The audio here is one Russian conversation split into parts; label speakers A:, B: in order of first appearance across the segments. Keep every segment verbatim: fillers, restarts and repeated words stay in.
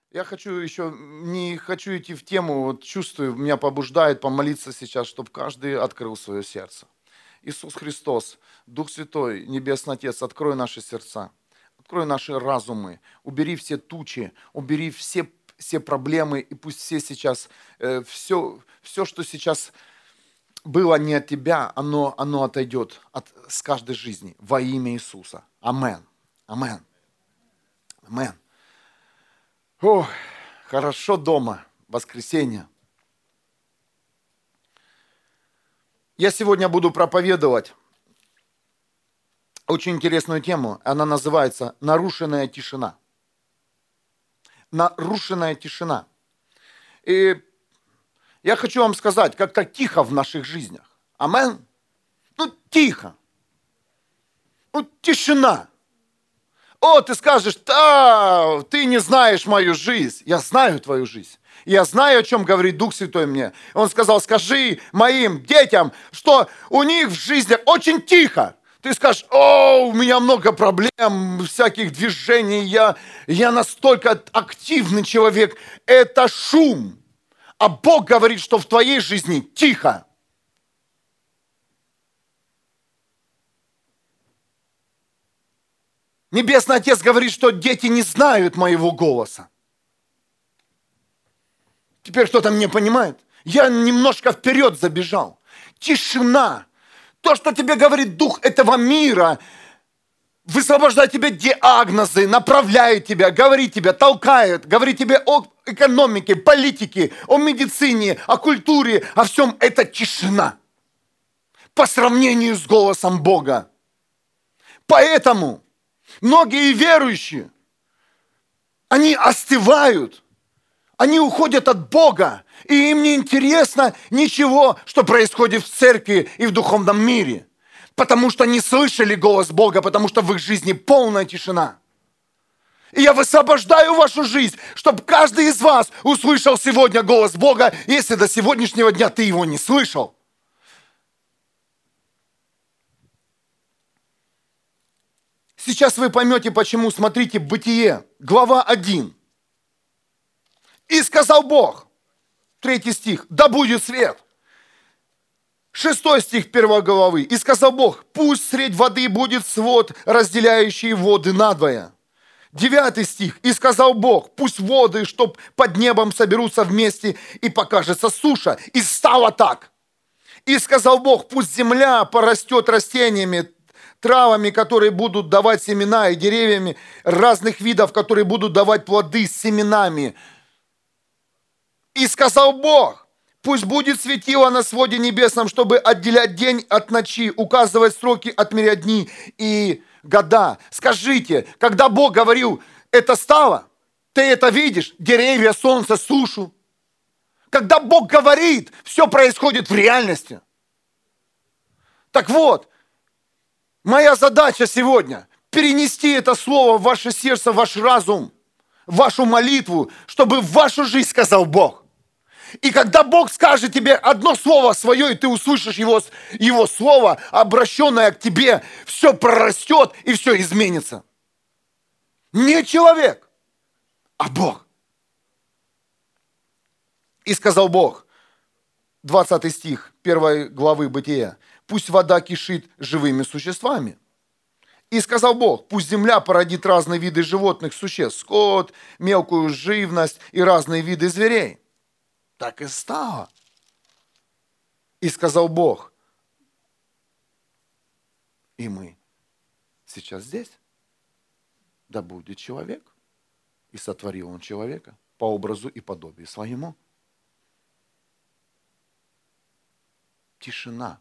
A: Я хочу еще, не хочу идти в тему, вот чувствую, меня побуждает помолиться сейчас, чтобы каждый открыл свое сердце. Иисус Христос, Дух Святой, Небесный Отец, открой наши сердца, открой наши разумы, убери все тучи, убери все, все проблемы, и пусть все сейчас, э, все, все, что сейчас было не от Тебя, оно, оно отойдет от, с каждой жизни во имя Иисуса. Амен. Амен. Амен. Ох, хорошо дома, воскресенье. Я сегодня буду проповедовать очень интересную тему. Она называется «Нарушенная тишина». Нарушенная тишина. И я хочу вам сказать, как-то тихо в наших жизнях. Амен. Ну, тихо. Ну, тишина. О, ты скажешь, да, ты не знаешь мою жизнь. Я знаю твою жизнь. Я знаю, о чем говорит Дух Святой мне. Он сказал, скажи моим детям, что у них в жизни очень тихо. Ты скажешь, о, у меня много проблем, всяких движений, я, я настолько активный человек. Это шум. А Бог говорит, что в твоей жизни тихо. Небесный Отец говорит, что дети не знают моего голоса. Теперь кто-то меня понимает? Я немножко вперед забежал. Тишина. То, что тебе говорит Дух этого мира, высвобождает тебе диагнозы, направляет тебя, говорит тебе, толкает, говорит тебе о экономике, политике, о медицине, о культуре, о всем. Это тишина по сравнению с голосом Бога. Поэтому многие верующие, они остывают, они уходят от Бога, и им не интересно ничего, что происходит в церкви и в духовном мире, потому что не слышали голос Бога, потому что в их жизни полная тишина. И я высвобождаю вашу жизнь, чтобы каждый из вас услышал сегодня голос Бога, если до сегодняшнего дня ты его не слышал. Сейчас вы поймете, почему. Смотрите, Бытие, глава один. «И сказал Бог», третий стих, «да будет свет». Шестой стих первой главы. «И сказал Бог, пусть средь воды будет свод, разделяющий воды надвое». Девятый стих. «И сказал Бог, пусть воды, чтоб под небом соберутся вместе, и покажется суша». И стало так. «И сказал Бог, пусть земля порастет растениями, травами, которые будут давать семена, и деревьями разных видов, которые будут давать плоды с семенами. И сказал Бог, пусть будет светило на своде небесном, чтобы отделять день от ночи, указывать сроки, отмерять дни и года». Скажите, когда Бог говорил, это стало? Ты это видишь? Деревья, солнце, сушу. Когда Бог говорит, все происходит в реальности. Так вот, моя задача сегодня перенести это слово в ваше сердце, в ваш разум, в вашу молитву, чтобы в вашу жизнь сказал Бог. И когда Бог скажет тебе одно слово свое, и ты услышишь его, его слово, обращенное к тебе, все прорастет и все изменится. Не человек, а Бог. И сказал Бог, двадцатый стих первой главы Бытия, «Пусть вода кишит живыми существами». И сказал Бог, пусть земля породит разные виды животных существ, скот, мелкую живность и разные виды зверей. Так и стало. И сказал Бог, и мы сейчас здесь, да будет человек. И сотворил он человека по образу и подобию своему. Тишина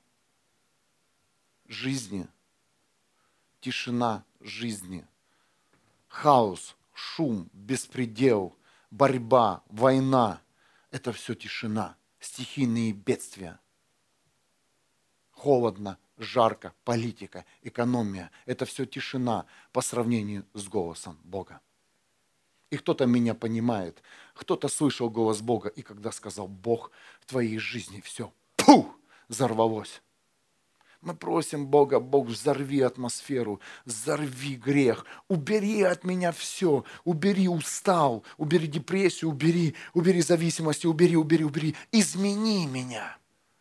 A: жизни. Тишина жизни. Хаос, шум, беспредел, борьба, война. Это все тишина. Стихийные бедствия. Холодно, жарко, политика, экономия. Это все тишина по сравнению с голосом Бога. И кто-то меня понимает, кто-то слышал голос Бога, и когда сказал Бог, в твоей жизни все, пух, взорвалось. Мы просим Бога, Бог, взорви атмосферу, взорви грех, убери от меня все, убери устал, убери депрессию, убери, убери зависимости, убери, убери, убери, измени меня.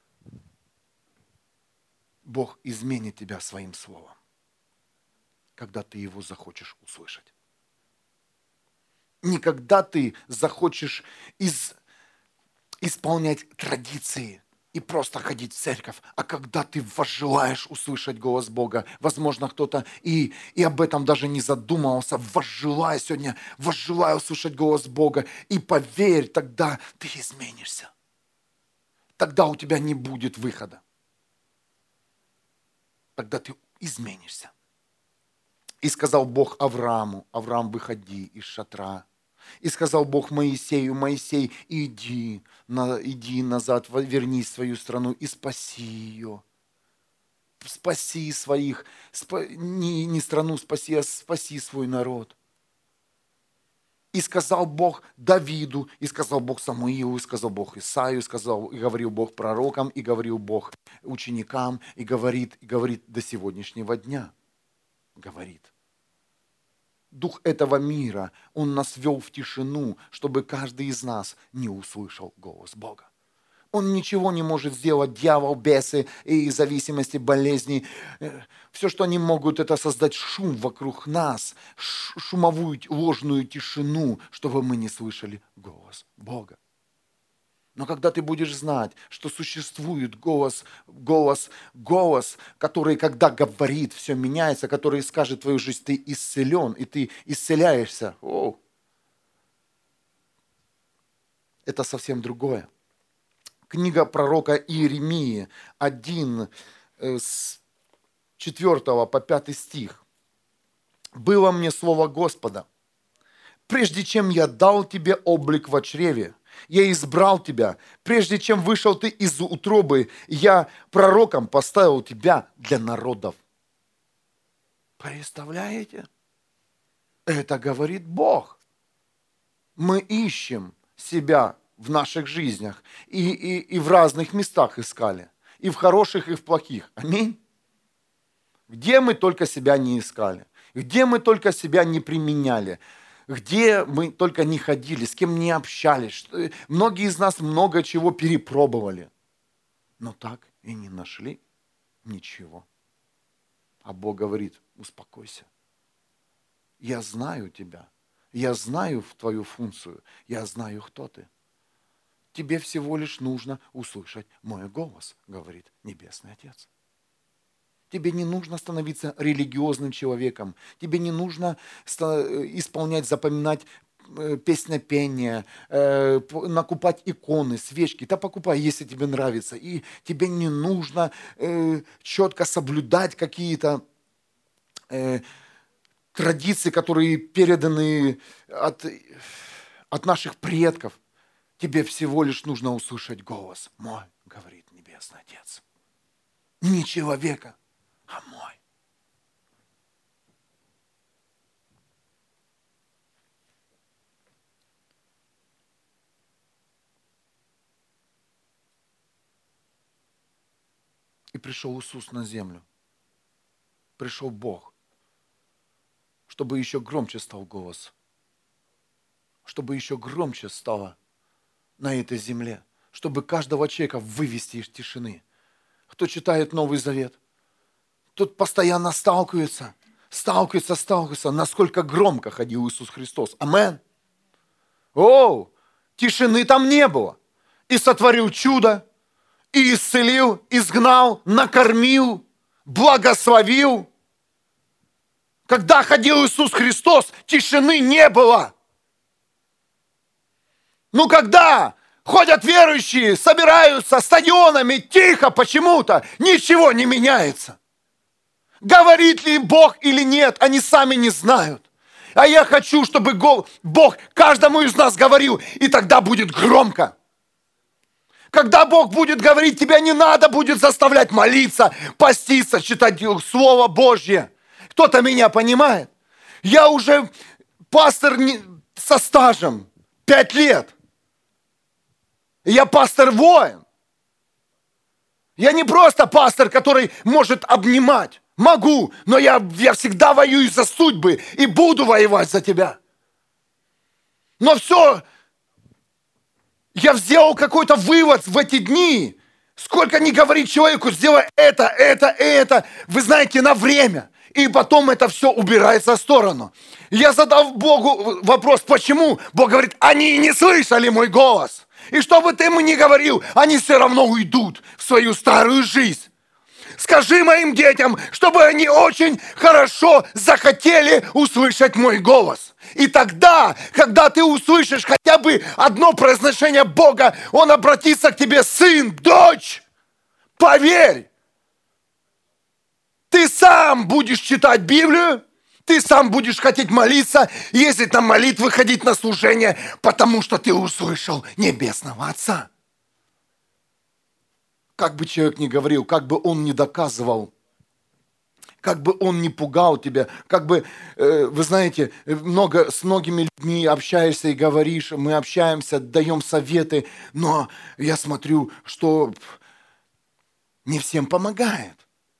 A: Бог изменит тебя своим словом, когда ты его захочешь услышать. Не когда ты захочешь из, исполнять традиции и просто ходить в церковь, а когда ты возжелаешь услышать голос Бога. Возможно, кто-то и, и об этом даже не задумывался. Возжелай сегодня, возжелай услышать голос Бога. И поверь, тогда ты изменишься. Тогда у тебя не будет выхода. Тогда ты изменишься. И сказал Бог Аврааму: Авраам, выходи из шатра. И сказал Бог Моисею: Моисей, иди, на, иди назад, вернись в свою страну и спаси ее. Спаси своих, спа, не, не страну спаси, а спаси свой народ. И сказал Бог Давиду, и сказал Бог Самуилу, и сказал Бог Исаию, и, сказал, и говорил Бог пророкам, и говорил Бог ученикам, и говорит, и говорит до сегодняшнего дня. Говорит. Дух этого мира, он нас вел в тишину, чтобы каждый из нас не услышал голос Бога. Он ничего не может сделать, дьявол, бесы и зависимости, болезни. Все, что они могут, это создать шум вокруг нас, шумовую ложную тишину, чтобы мы не слышали голос Бога. Но когда ты будешь знать, что существует голос, голос, голос, который, когда говорит, все меняется, который скажет твою жизнь, ты исцелен, и ты исцеляешься. О! Это совсем другое. Книга пророка Иеремии один, с четвёртого по пятый стих. «Было мне слово Господа: прежде чем я дал тебе облик во чреве, я избрал тебя, прежде чем вышел ты из утробы, я пророком поставил тебя для народов». Представляете? Это говорит Бог. Мы ищем себя в наших жизнях и, и, и в разных местах искали. И в хороших, и в плохих. Аминь. Где мы только себя не искали. Где мы только себя не применяли. Где мы только не ходили, с кем не общались. Многие из нас много чего перепробовали, но так и не нашли ничего. А Бог говорит: успокойся. Я знаю тебя, я знаю твою функцию, я знаю, кто ты. Тебе всего лишь нужно услышать мой голос, говорит Небесный Отец. Тебе не нужно становиться религиозным человеком. Тебе не нужно исполнять, запоминать песнопения, накупать иконы, свечки. Да покупай, если тебе нравится. И тебе не нужно четко соблюдать какие-то традиции, которые переданы от, от наших предков. Тебе всего лишь нужно услышать голос мой, говорит Небесный Отец. Не человека, а мой. И пришел Иисус на землю. Пришел Бог, чтобы еще громче стал голос. Чтобы еще громче стало на этой земле. Чтобы каждого человека вывести из тишины. Кто читает Новый Завет, тот постоянно сталкивается, сталкивается, сталкивается, насколько громко ходил Иисус Христос. Амен. О, тишины там не было. И сотворил чудо, и исцелил, изгнал, накормил, благословил. Когда ходил Иисус Христос, тишины не было. Ну когда ходят верующие, собираются стадионами, тихо почему-то, ничего не меняется. Говорит ли им Бог или нет, они сами не знают. А я хочу, чтобы Бог каждому из нас говорил, и тогда будет громко. Когда Бог будет говорить, тебя не надо будет заставлять молиться, поститься, читать Слово Божье. Кто-то меня понимает? Я уже пастор со стажем, пять лет. Я пастор-воин. Я не просто пастор, который может обнимать. Могу, но я, я всегда воюю за судьбы и буду воевать за тебя. Но все, я сделал какой-то вывод в эти дни. Сколько ни говорить человеку, сделай это, это, это. Вы знаете, на время. И потом это все убирается в сторону. Я задал Богу вопрос, почему? Бог говорит, они не слышали мой голос. И что бы ты ему ни говорил, они все равно уйдут в свою старую жизнь. Скажи моим детям, чтобы они очень хорошо захотели услышать мой голос. И тогда, когда ты услышишь хотя бы одно произношение Бога, Он обратится к тебе, сын, дочь, поверь, ты сам будешь читать Библию, ты сам будешь хотеть молиться, ездить на молитвы, ходить на служение, потому что ты услышал Небесного Отца. Как бы человек ни говорил, как бы он ни доказывал, как бы он ни пугал тебя, как бы, э, вы знаете, много, с многими людьми общаешься и говоришь, мы общаемся, даем советы, но я смотрю, что не всем помогает.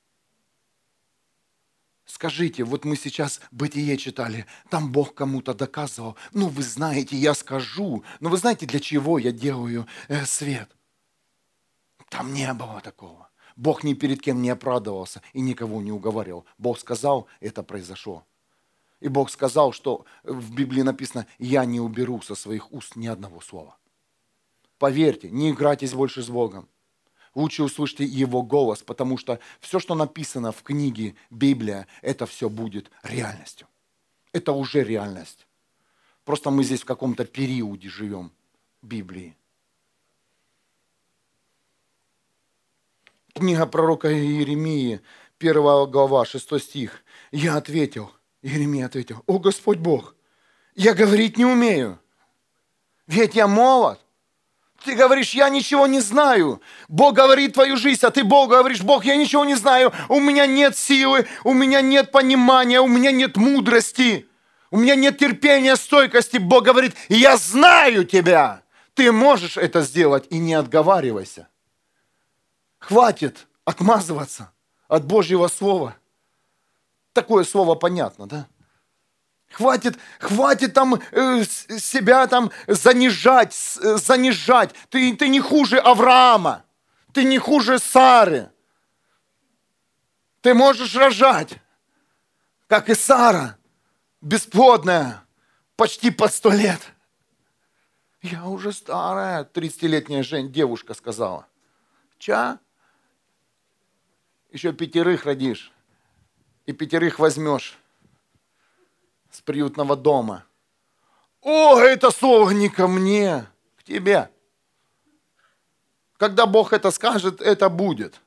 A: Скажите, вот мы сейчас Бытие читали, там Бог кому-то доказывал, ну вы знаете, я скажу, но вы знаете, для чего я делаю э, свет? Там не было такого. Бог ни перед кем не оправдывался и никого не уговаривал. Бог сказал, это произошло. И Бог сказал, что в Библии написано, я не уберу со своих уст ни одного слова. Поверьте, не играйтесь больше с Богом. Лучше услышьте Его голос, потому что все, что написано в книге Библия, это все будет реальностью. Это уже реальность. Просто мы здесь в каком-то периоде живем Библии. Книга пророка Иеремии, первая глава, шестой стих. Я ответил, Иеремия ответил, о Господь Бог, я говорить не умею, ведь я молод. Ты говоришь, я ничего не знаю. Бог говорит твою жизнь, а ты Бог говоришь, Бог, я ничего не знаю. У меня нет силы, у меня нет понимания, у меня нет мудрости, у меня нет терпения, стойкости. Бог говорит, я знаю тебя. Ты можешь это сделать и не отговаривайся. Хватит отмазываться от Божьего слова. Такое слово понятно, да? Хватит, хватит там э, себя там занижать, э, занижать. Ты, ты не хуже Авраама, ты не хуже Сары. Ты можешь рожать, как и Сара, бесплодная, почти под сто лет. Я уже старая, тридцатилетняя жен, девушка сказала. Ча? Еще пятерых родишь и пятерых возьмешь с приютного дома. О, это слово не ко мне, к тебе. Когда Бог это скажет, это будет.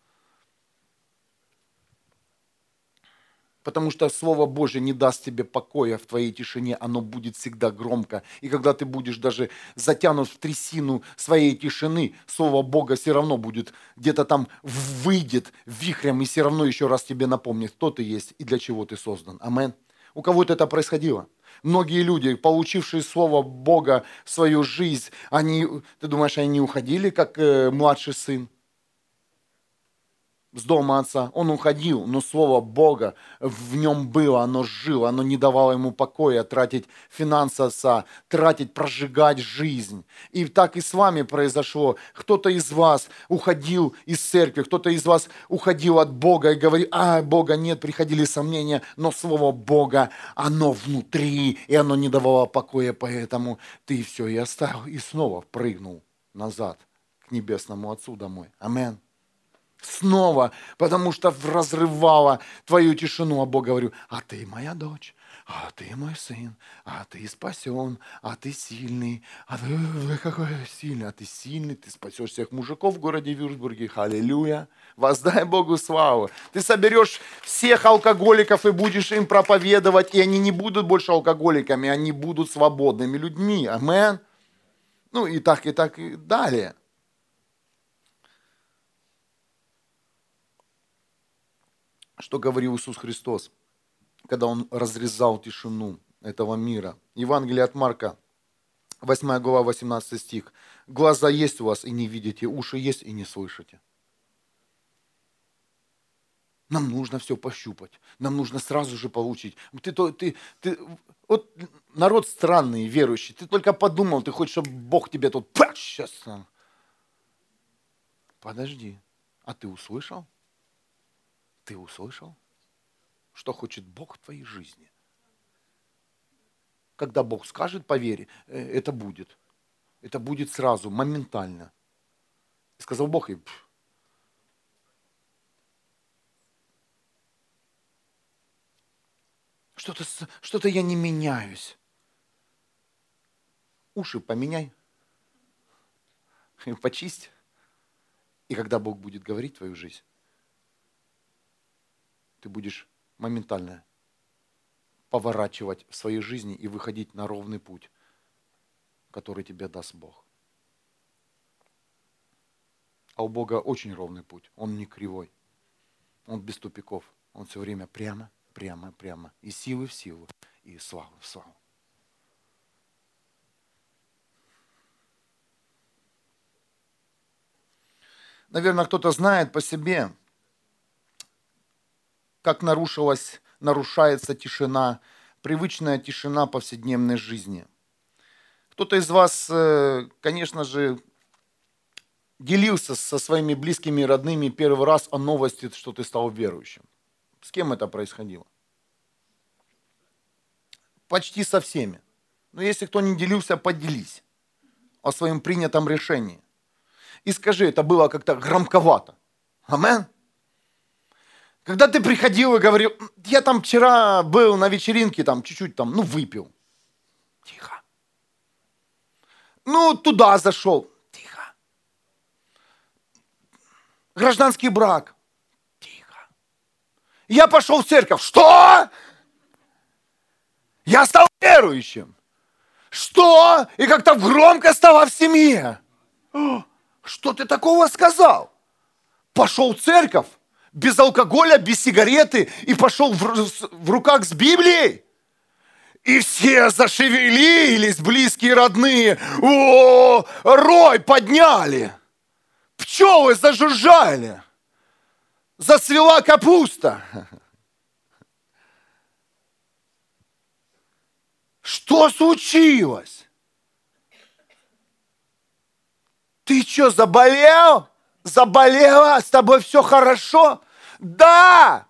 A: Потому что Слово Божье не даст тебе покоя в твоей тишине, оно будет всегда громко. И когда ты будешь даже затянут в трясину своей тишины, Слово Бога все равно будет где-то там выйдет вихрем и все равно еще раз тебе напомнит, кто ты есть и для чего ты создан. Амин. У кого-то это происходило. Многие люди, получившие Слово Бога в свою жизнь, они, ты думаешь, они не уходили, как э, младший сын с дома отца? Он уходил, но Слово Бога в нем было, оно жило, оно не давало ему покоя тратить финансы отца, тратить, прожигать жизнь. И так и с вами произошло. Кто-то из вас уходил из церкви, кто-то из вас уходил от Бога и говорил, а, Бога нет, приходили сомнения, но Слово Бога, оно внутри, и оно не давало покоя, поэтому ты все и оставил, и снова прыгнул назад к Небесному Отцу домой. Аминь. Снова, потому что разрывала твою тишину, а Бог говорил, а ты моя дочь, а ты мой сын, а ты спасен, а ты сильный, а ты какой сильный, а ты сильный, ты спасешь всех мужиков в городе Вюрцбурге, аллилуйя, воздай Богу славу. Ты соберешь всех алкоголиков и будешь им проповедовать, и они не будут больше алкоголиками, они будут свободными людьми, амин. Ну и так, и так, и далее. Что говорил Иисус Христос, когда Он разрезал тишину этого мира? Евангелие от Марка, восьмая глава, восемнадцатый стих. Глаза есть у вас и не видите, уши есть и не слышите. Нам нужно все пощупать. Нам нужно сразу же получить. Ты, то- ты, ты, вот народ странный, верующий. Ты только подумал, ты хочешь, чтобы Бог тебе тут... Пах, сейчас. Подожди. А ты услышал? Ты услышал? Что хочет Бог в твоей жизни? Когда Бог скажет, поверь, э, это будет. Это будет сразу, моментально. И сказал Бог, и пф. Что-то, с- что-то я не меняюсь. Уши поменяй, почисть. И когда Бог будет говорить твою жизнь, ты будешь моментально поворачивать в своей жизни и выходить на ровный путь, который тебе даст Бог. А у Бога очень ровный путь, он не кривой, он без тупиков, он все время прямо, прямо, прямо, из силы в силу, и из славы в славу. Наверное, кто-то знает по себе, как нарушилась, нарушается тишина, привычная тишина повседневной жизни. Кто-то из вас, э, конечно же, делился со своими близкими и родными первый раз о новости, что ты стал верующим. С кем это происходило? Почти со всеми. Но если кто не делился, поделись о своем принятом решении. И скажи, это было как-то громковато. Амен. Когда ты приходил и говорил, я там вчера был на вечеринке, там чуть-чуть там, ну, выпил. Тихо. Ну, туда зашел. Тихо. Гражданский брак. Тихо. Я пошел в церковь. Что? Я стал верующим. Что? И как-то громко стало в семье. Что ты такого сказал? Пошел в церковь без алкоголя, без сигареты и пошел в, в руках с Библией. И все зашевелились, близкие, родные. О, рой подняли. Пчелы зажужжали. Зацвела капуста. Что случилось? Ты что, заболел? Заболела? С тобой все хорошо? Да!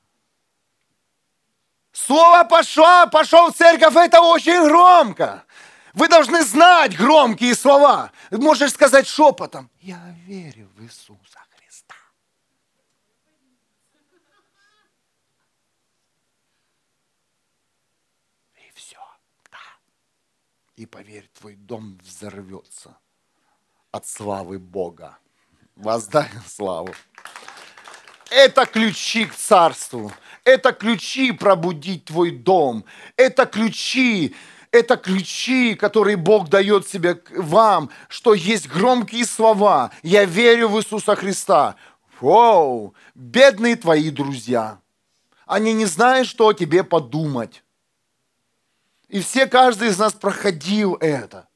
A: Слово пошло, пошел в церковь, это очень громко. Вы должны знать громкие слова. Можешь сказать шепотом, я верю в Иисуса Христа. И все. Да. И поверь, твой дом взорвется от славы Бога. Воздай славу. Это ключи к царству. Это ключи пробудить твой дом. Это ключи, это ключи, которые Бог дает себе вам, что есть громкие слова. Я верю в Иисуса Христа. Воу, бедные твои друзья. Они не знают, что о тебе подумать. И все, каждый из нас проходил это.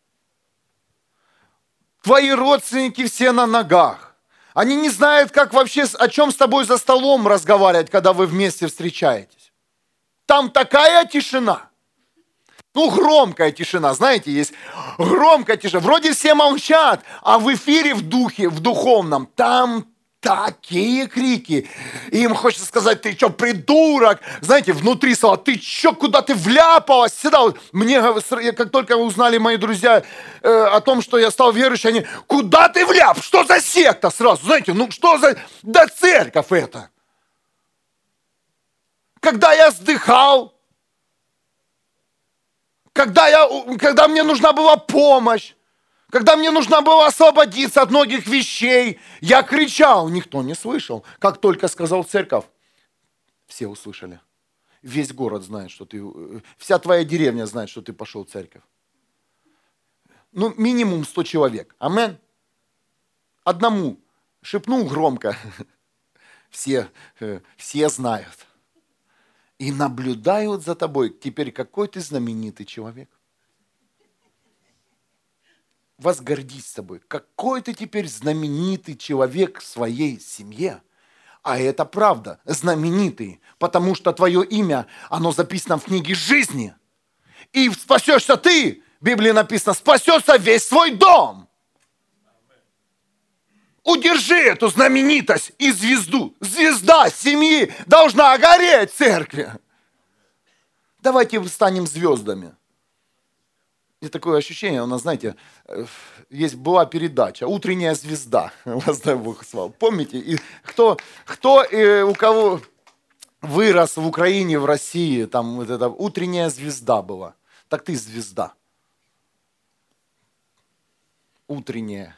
A: Твои родственники все на ногах. Они не знают, как вообще, о чем с тобой за столом разговаривать, когда вы вместе встречаетесь. Там такая тишина. Ну, громкая тишина, знаете, есть громкая тишина. Вроде все молчат, а в эфире, в духе, в духовном, там такие крики. И им хочется сказать, ты что, придурок? Знаете, внутри слова, ты что, куда ты вляпалась? Всегда, вот, мне, как только узнали мои друзья э, о том, что я стал верующим, они, куда ты вляп? Что за секта сразу? Знаете, ну что за... Да церковь это. Когда я вздыхал, когда, я, когда мне нужна была помощь, когда мне нужно было освободиться от многих вещей, я кричал, никто не слышал. Как только сказал церковь, все услышали. Весь город знает, что ты, вся твоя деревня знает, что ты пошел в церковь. Ну, минимум сто человек. Амен. Одному шепнул громко. Все, все знают. И наблюдают за тобой. Теперь какой ты знаменитый человек. Возгордись собой. Какой ты теперь знаменитый человек в своей семье. А это правда, знаменитый, потому что твое имя, оно записано в книге жизни. И спасешься ты, в Библии написано, спасется весь свой дом. Удержи эту знаменитость и звезду. Звезда семьи должна гореть в церкви. Давайте станем звездами. Есть такое ощущение, у нас, знаете, есть, была передача «Утренняя звезда». Воздай Бог славу. Помните? И кто, кто и у кого вырос в Украине, в России, там вот эта «Утренняя звезда» была. Так ты звезда. Утренняя.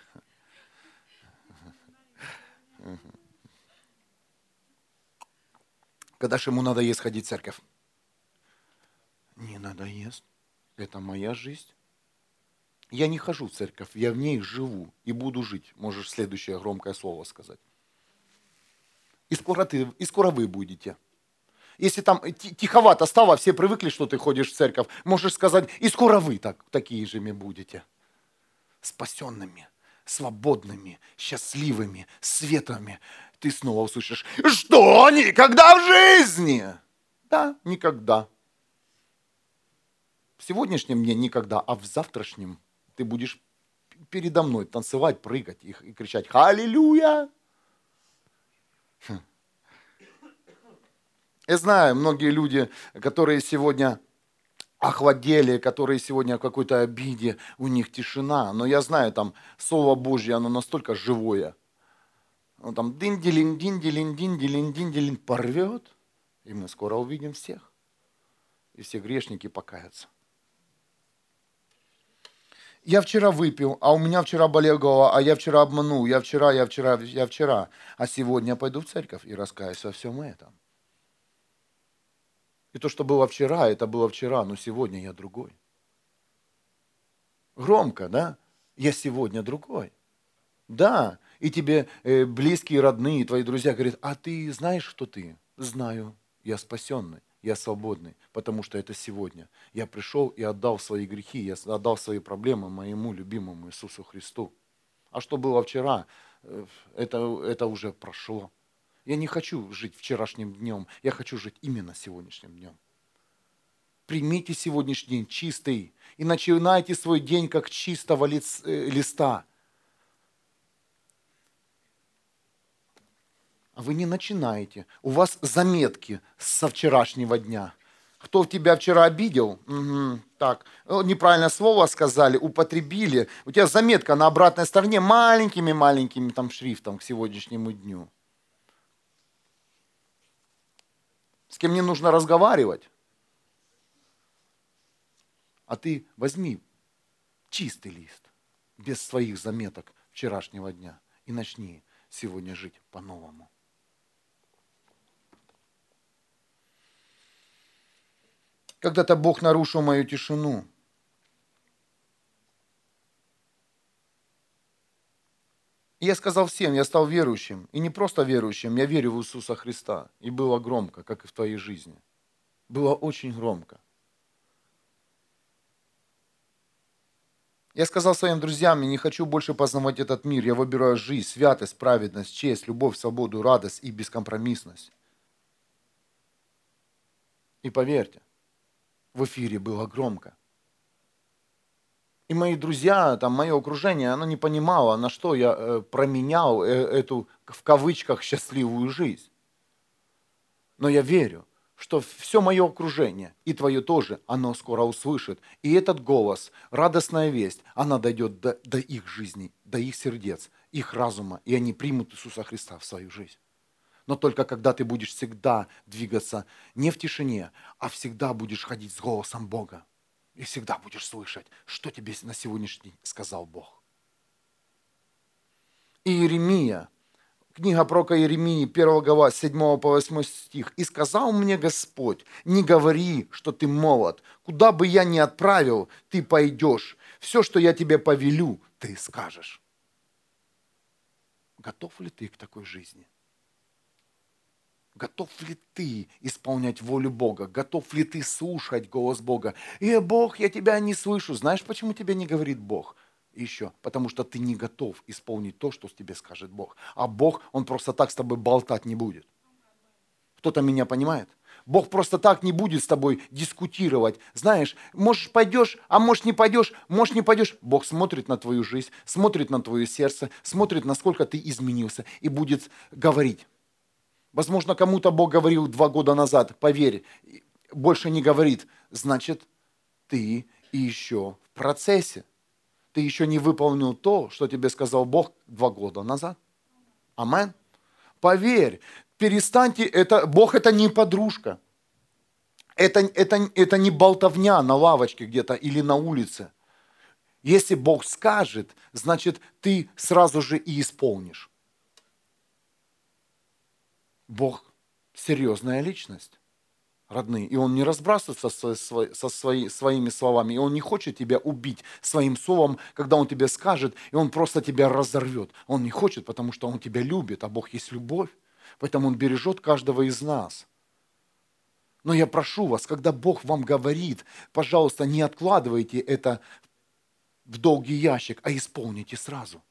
A: Когда же ему надоест ходить в церковь? Не надоест. Это моя жизнь. Я не хожу в церковь, я в ней живу и буду жить. Можешь следующее громкое слово сказать. И скоро ты, и скоро вы будете. Если там тиховато стало, все привыкли, что ты ходишь в церковь, можешь сказать, и скоро вы так, такие же будете. Спасенными, свободными, счастливыми, светлыми. Ты снова услышишь, что никогда в жизни? Да, никогда. В сегодняшнем дне никогда, а в завтрашнем ты будешь передо мной танцевать, прыгать и, и кричать «Аллилуйя!». Хм. Я знаю, многие люди, которые сегодня охладели, которые сегодня в какой-то обиде, у них тишина. Но я знаю, там Слово Божье, оно настолько живое. Оно там дин-делин, дин-делин, дин-делин, дин-делин порвет, и мы скоро увидим всех. И все грешники покаятся. Я вчера выпил, а у меня вчера болела голова, а я вчера обманул, я вчера, я вчера, я вчера. А сегодня я пойду в церковь и раскаюсь во всем этом. И то, что было вчера, это было вчера, но сегодня я другой. Громко, да? Я сегодня другой. Да, и тебе э, близкие, родные, твои друзья говорят, а ты знаешь, кто ты? Знаю, я спасенный. Я свободный, потому что это сегодня. Я пришел и отдал свои грехи, я отдал свои проблемы моему любимому Иисусу Христу. А что было вчера, это, это уже прошло. Я не хочу жить вчерашним днем, я хочу жить именно сегодняшним днем. Примите сегодняшний день чистый и начинайте свой день как чистого лиц, э, листа. А вы не начинаете. У вас заметки со вчерашнего дня. Кто тебя вчера обидел? Угу, так, неправильное слово сказали, употребили. У тебя заметка на обратной стороне маленькими-маленькими там шрифтом к сегодняшнему дню. С кем не нужно разговаривать? А ты возьми чистый лист, без своих заметок вчерашнего дня, и начни сегодня жить по-новому. Когда-то Бог нарушил мою тишину. И я сказал всем, я стал верующим. И не просто верующим, я верю в Иисуса Христа. И было громко, как и в твоей жизни. Было очень громко. Я сказал своим друзьям, я не хочу больше познавать этот мир. Я выбираю жизнь, святость, праведность, честь, любовь, свободу, радость и бескомпромиссность. И поверьте, в эфире было громко. И мои друзья, там, мое окружение, оно не понимало, на что я э, променял э, эту, в кавычках, счастливую жизнь. Но я верю, что все мое окружение, и твое тоже, оно скоро услышит. И этот голос, радостная весть, она дойдет до, до их жизни, до их сердец, их разума, и они примут Иисуса Христа в свою жизнь. Но только когда ты будешь всегда двигаться не в тишине, а всегда будешь ходить с голосом Бога. И всегда будешь слышать, что тебе на сегодняшний день сказал Бог. И Иеремия, книга пророка Иеремии, первая глава, с седьмого по восьмой стих. «И сказал мне Господь, не говори, что ты молод. Куда бы я ни отправил, ты пойдешь. Все, что я тебе повелю, ты скажешь». Готов ли ты к такой жизни? Готов ли ты исполнять волю Бога? Готов ли ты слушать голос Бога? И Бог, я тебя не слышу. Знаешь, почему тебе не говорит Бог? еще, потому что ты не готов исполнить то, что тебе скажет Бог. А Бог, Он просто так с тобой болтать не будет. Кто-то меня понимает? Бог просто так не будет с тобой дискутировать. Знаешь, можешь пойдешь, а может не пойдешь, может не пойдешь. Бог смотрит на твою жизнь, смотрит на твое сердце, смотрит, насколько ты изменился и будет говорить. Возможно, кому-то Бог говорил два года назад, поверь, больше не говорит. Значит, ты еще в процессе. Ты еще не выполнил то, что тебе сказал Бог два года назад. Амин. Поверь, перестаньте, это, Бог это не подружка. Это, это, это не болтовня на лавочке где-то или на улице. Если Бог скажет, значит, ты сразу же и исполнишь. Бог серьезная личность, родные. И Он не разбрасывается со, со, со свои, своими словами. И Он не хочет тебя убить своим словом, когда Он тебе скажет, и Он просто тебя разорвет. Он не хочет, потому что Он тебя любит, а Бог есть любовь. Поэтому Он бережет каждого из нас. Но я прошу вас, когда Бог вам говорит, пожалуйста, не откладывайте это в долгий ящик, а исполните сразу.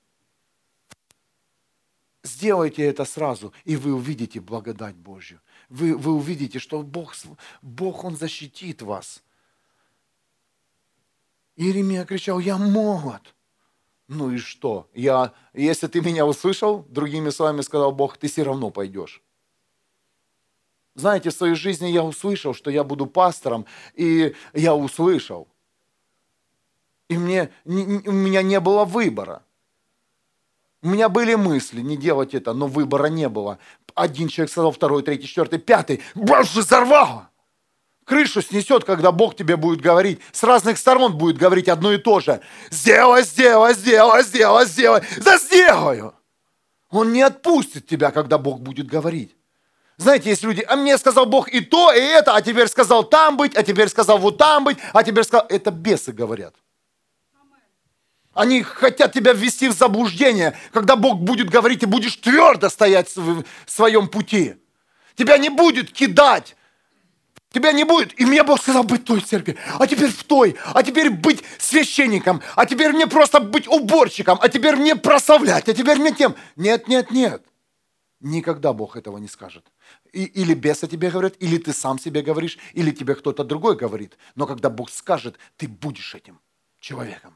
A: Сделайте это сразу, и вы увидите благодать Божью. Вы, вы увидите, что Бог, Бог, Он защитит вас. Иеремия кричал: я молод. Ну и что? Я, если ты меня услышал, другими словами сказал Бог, ты все равно пойдешь. Знаете, в своей жизни я услышал, что я буду пастором, и я услышал. И мне, не, у меня не было выбора. У меня были мысли не делать это, но выбора не было. Один человек сказал, второй, третий, четвертый, пятый. Боже, взорвало! Крышу снесет, когда Бог тебе будет говорить. С разных сторон будет говорить одно и то же. Сделай, сделай, сделай, сделай, сделай. Да сделаю! Он не отпустит тебя, когда Бог будет говорить. Знаете, есть люди, а мне сказал Бог и то, и это, а теперь сказал там быть, а теперь сказал вот там быть, а теперь сказал... Это бесы говорят. Они хотят тебя ввести в заблуждение, когда Бог будет говорить, и будешь твердо стоять в своем пути. Тебя не будет кидать. Тебя не будет. И мне Бог сказал быть в той церкви, а теперь в той, а теперь быть священником, а теперь мне просто быть уборщиком, а теперь мне прославлять, а теперь мне тем. Нет, нет, нет. Никогда Бог этого не скажет. И, или бесы тебе говорят, или ты сам себе говоришь, или тебе кто-то другой говорит. Но когда Бог скажет, ты будешь этим человеком.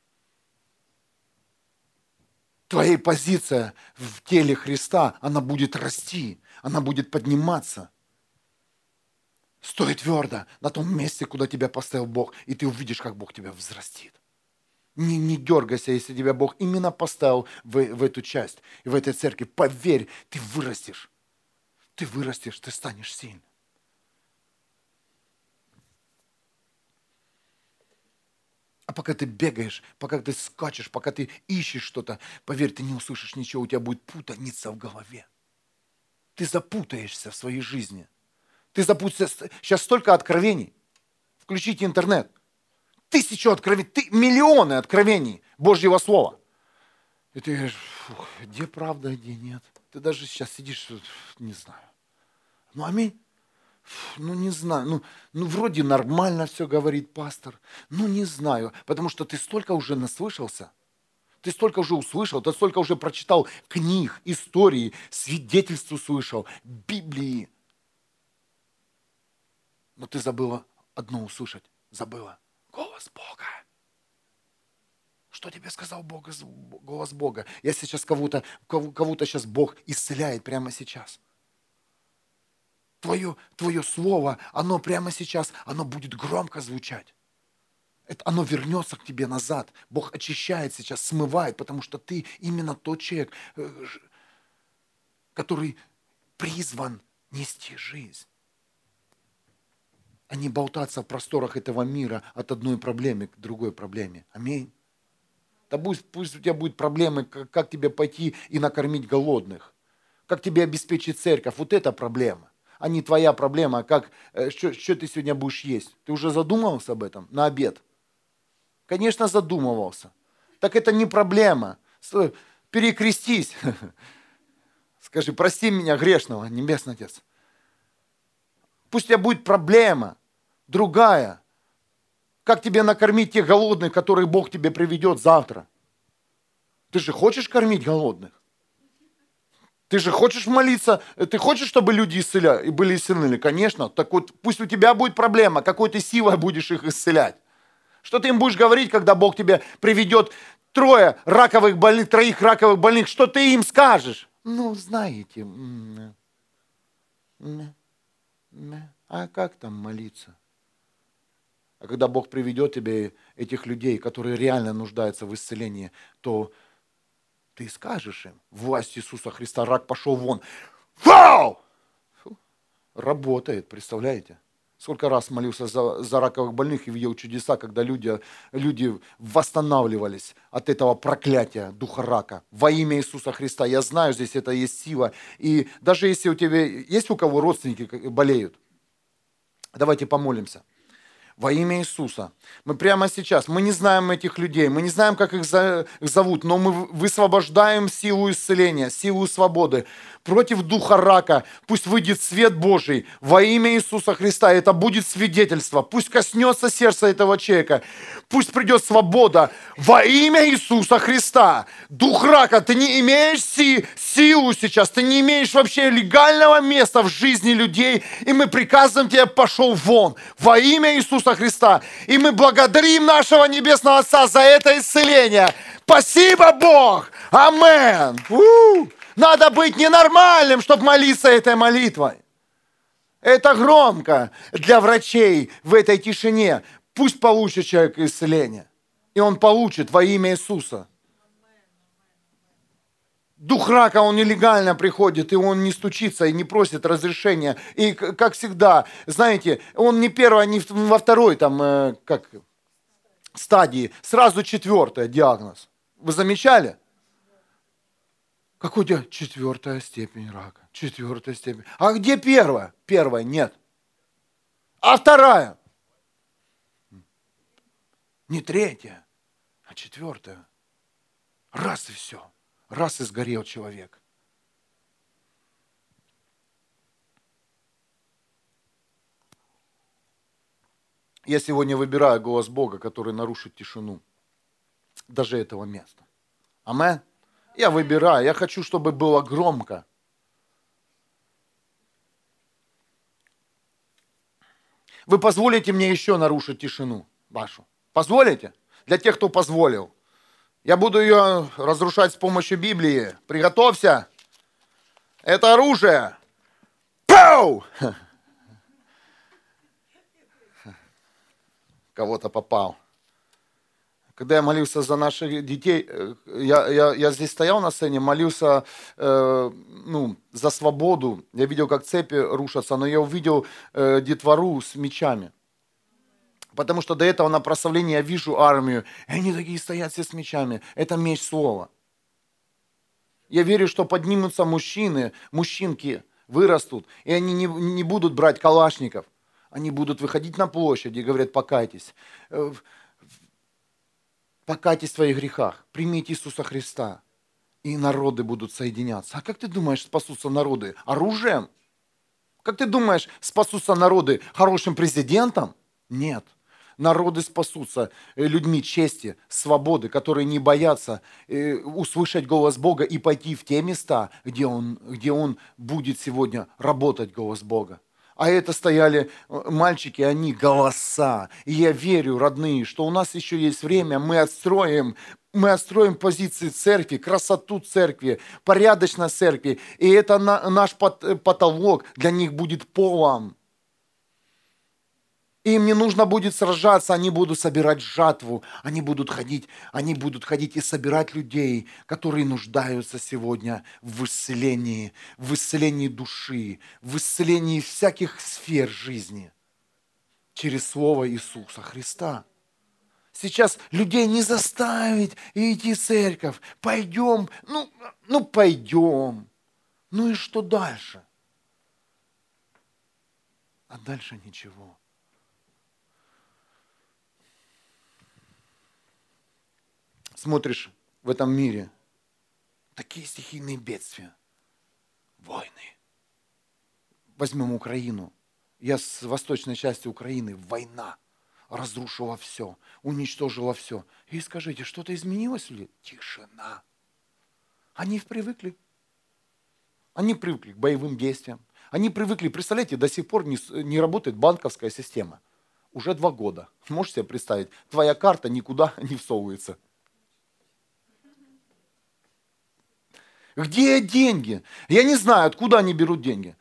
A: Твоя позиция в теле Христа, она будет расти, она будет подниматься. Стой твердо на том месте, куда тебя поставил Бог, и ты увидишь, как Бог тебя взрастит. Не, не дергайся, если тебя Бог именно поставил в, в эту часть, в этой церкви. Поверь, ты вырастешь. Ты вырастешь, ты станешь сильным. А пока ты бегаешь, пока ты скачешь, пока ты ищешь что-то, поверь, ты не услышишь ничего, у тебя будет путаница в голове. Ты запутаешься в своей жизни. Ты запутаешься. Сейчас столько откровений. Включите интернет. Тысячу откровений, ты, миллионы откровений Божьего Слова. И ты говоришь, фух, где правда, где нет. Ты даже сейчас сидишь, не знаю. Ну, аминь. Ну, не знаю, ну, ну, вроде нормально все говорит пастор, ну, не знаю, потому что ты столько уже наслышался, ты столько уже услышал, ты столько уже прочитал книг, истории, свидетельств услышал, Библии. Но ты забыла одно услышать, забыла голос Бога. Что тебе сказал Бог, голос Бога? Я сейчас кого-то, кого-то сейчас Бог исцеляет прямо сейчас. Твое, твое слово, оно прямо сейчас, оно будет громко звучать. Это, оно вернется к тебе назад. Бог очищает сейчас, смывает, потому что ты именно тот человек, который призван нести жизнь, а не болтаться в просторах этого мира от одной проблемы к другой проблеме. Аминь. Да пусть, пусть у тебя будут проблемы, как, как тебе пойти и накормить голодных, как тебе обеспечить церковь. Вот это проблема. А не твоя проблема, как, что, что ты сегодня будешь есть. Ты уже задумывался об этом на обед? Конечно, задумывался. Так это не проблема. Перекрестись. Скажи, прости меня грешного, Небесный Отец. Пусть у тебя будет проблема другая. как тебе накормить тех голодных, которых Бог тебе приведет завтра. Ты же хочешь кормить голодных? Ты же хочешь молиться, ты хочешь, чтобы люди исцеляли, были исцелены? Конечно. Так вот, пусть у тебя будет проблема, какой ты силой будешь их исцелять. Что ты им будешь говорить, когда Бог тебе приведет трое раковых больных, троих раковых больных, что ты им скажешь? Ну, знаете, а как там молиться? А когда Бог приведет тебе этих людей, которые реально нуждаются в исцелении, то ты скажешь им: власть Иисуса Христа, рак пошел вон. Вау! Фу. Работает, представляете? Сколько раз молился за, за раковых больных и видел чудеса, когда люди, люди восстанавливались от этого проклятия духа рака. Во имя Иисуса Христа. Я знаю, здесь это есть сила. И даже если у тебя есть у кого родственники болеют, давайте помолимся. Во имя Иисуса. Мы прямо сейчас, мы не знаем этих людей, мы не знаем, как их зовут, но мы высвобождаем силу исцеления, силу свободы против духа рака. Пусть выйдет свет Божий во имя Иисуса Христа. Это будет свидетельство. Пусть коснется сердца этого человека. Пусть придет свобода во имя Иисуса Христа. Дух рака, ты не имеешь си- силу сейчас, ты не имеешь вообще легального места в жизни людей. И мы приказываем тебе: пошел вон во имя Иисуса Христа. И мы благодарим нашего Небесного Отца за это исцеление. Спасибо, Бог! Амен! У-у-у! Надо быть ненормальным, чтобы молиться этой молитвой. Это громко для врачей в этой тишине. Пусть получит человек исцеление. И он получит во имя Иисуса. Дух рака, он нелегально приходит, и он не стучится, и не просит разрешения. И, как всегда, знаете, он не первый, не во второй там, э, как, стадии, сразу четвертый диагноз. Вы замечали? Какой у тебя четвертая степень рака? Четвертая степень. А где первая? Первая нет. А вторая? Не третья, а четвертая. Раз и все. Раз и сгорел человек. Я сегодня выбираю голос Бога, который нарушит тишину даже этого места. Амен. Я выбираю, я хочу, чтобы было громко. Вы позволите мне еще нарушить тишину вашу? Позволите? Для тех, кто позволил. Я буду ее разрушать с помощью Библии. Приготовься. Это оружие. Пау! Кого-то попал. Когда я молился за наших детей, я, я, я здесь стоял на сцене, молился э, ну, за свободу. Я видел, как цепи рушатся, но я увидел э, детвору с мечами. Потому что до этого на прославлении я вижу армию, и они такие стоят все с мечами. Это меч слова. Я верю, что поднимутся мужчины, мужчинки вырастут, и они не, не будут брать калашников. Они будут выходить на площадь и говорят: покайтесь. Покайтесь в своих грехах, примите Иисуса Христа, и народы будут соединяться. А как ты думаешь, спасутся народы? Оружием? Как ты думаешь, спасутся народы хорошим президентом? Нет. Народы спасутся людьми чести, свободы, которые не боятся услышать голос Бога и пойти в те места, где Он, где он будет сегодня работать, голос Бога. А это стояли мальчики, они голоса. И я верю, родные, что у нас еще есть время, мы отстроим, мы отстроим позиции церкви, красоту церкви, порядочность церкви. И это наш потолок для них будет полом. Им не нужно будет сражаться, они будут собирать жатву, они будут ходить, они будут ходить и собирать людей, которые нуждаются сегодня в исцелении, в исцелении души, в исцелении всяких сфер жизни через Слово Иисуса Христа. Сейчас людей не заставить идти в церковь. Пойдем, ну, ну пойдем. Ну и что дальше? А дальше ничего. Смотришь в этом мире такие стихийные бедствия, войны. Возьмем Украину. Я с восточной части Украины. Война. разрушила все, уничтожила все. И скажите, что-то изменилось ли? Тишина. Они привыкли. Они привыкли к боевым действиям. Они привыкли, представляете, до сих пор не, не работает банковская система. Уже два года. Можете себе представить, твоя карта никуда не всовывается. Где деньги? Я не знаю, откуда они берут деньги.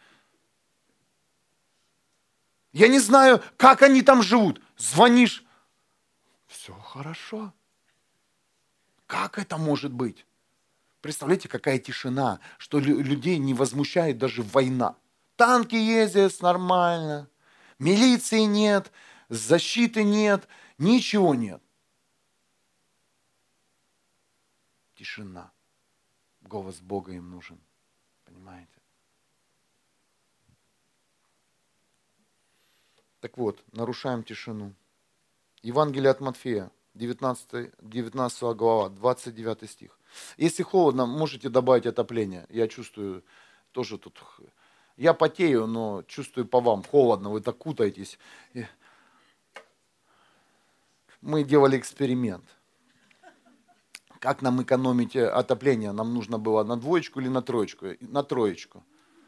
A: Я не знаю, как они там живут. Звонишь. Все хорошо. Как это может быть? Представляете, какая тишина, что людей не возмущает даже война. Танки ездят нормально, милиции нет, защиты нет, ничего нет. Тишина. Голос Бога им нужен. Понимаете? Так вот, нарушаем тишину. Евангелие от Матфея, девятнадцатая, девятнадцатая глава, двадцать девятый стих. Если холодно, можете добавить отопление. Я чувствую тоже тут... Я потею, но чувствую по вам. Холодно, вы так кутаетесь. Мы делали эксперимент. Как нам экономить отопление? Нам нужно было на двоечку или на троечку? На троечку.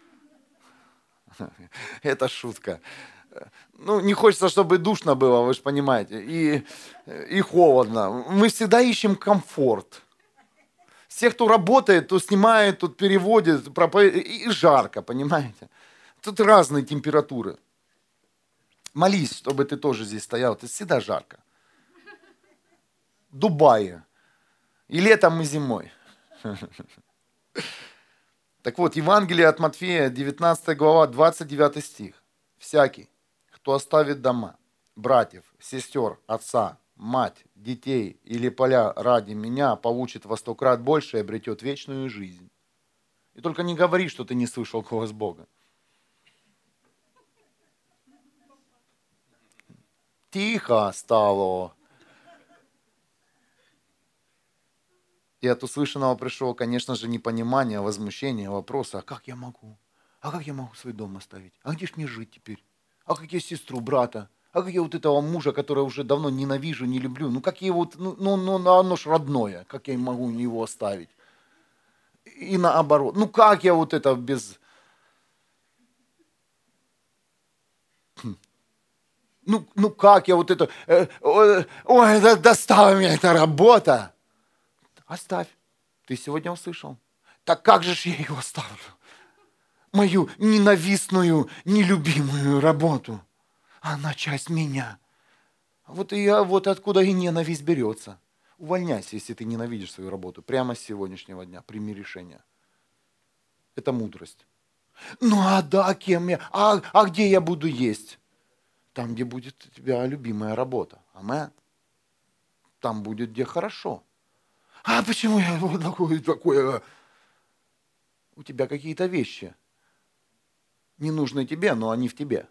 A: Это шутка. Ну, не хочется, чтобы душно было, вы же понимаете, и, и холодно. Мы всегда ищем комфорт. Все, кто работает, то снимает, тут переводит, проповедует, и жарко, понимаете. Тут разные температуры. Молись, чтобы ты тоже здесь стоял, это всегда жарко. Дубае. И летом, и зимой. Так вот, Евангелие от Матфея, девятнадцатая глава, двадцать девятый стих. Всякий, кто оставит дома, братьев, сестер, отца, мать, детей или поля ради меня, получит во сто крат больше и обретет вечную жизнь. И только не говори, что ты не слышал голос Бога. Тихо стало. И от услышанного пришло, конечно же, непонимание, возмущение, вопросы. А как я могу? А как я могу свой дом оставить? А где ж мне жить теперь? А как я сестру, брата? А как я вот этого мужа, которого уже давно ненавижу, не люблю? Ну как я его, ну, ну, ну оно ж родное, как я могу его оставить? И наоборот. Ну как я вот это без... Ну, ну как я вот это... Э, ой, ой, да, достала меня эта работа. Оставь. Ты сегодня услышал. Так как же ж я ее оставлю? Мою ненавистную, нелюбимую работу. Она часть меня. Вот и я, вот откуда и ненависть берется. Увольняйся, если ты ненавидишь свою работу. Прямо с сегодняшнего дня. Прими решение. Это мудрость. Ну а да, кем я? А, а где я буду есть? Там, где будет у тебя любимая работа. Амен. Там будет где хорошо. А почему я вот такое, такое? У тебя какие-то вещи не нужны тебе, но они в тебе.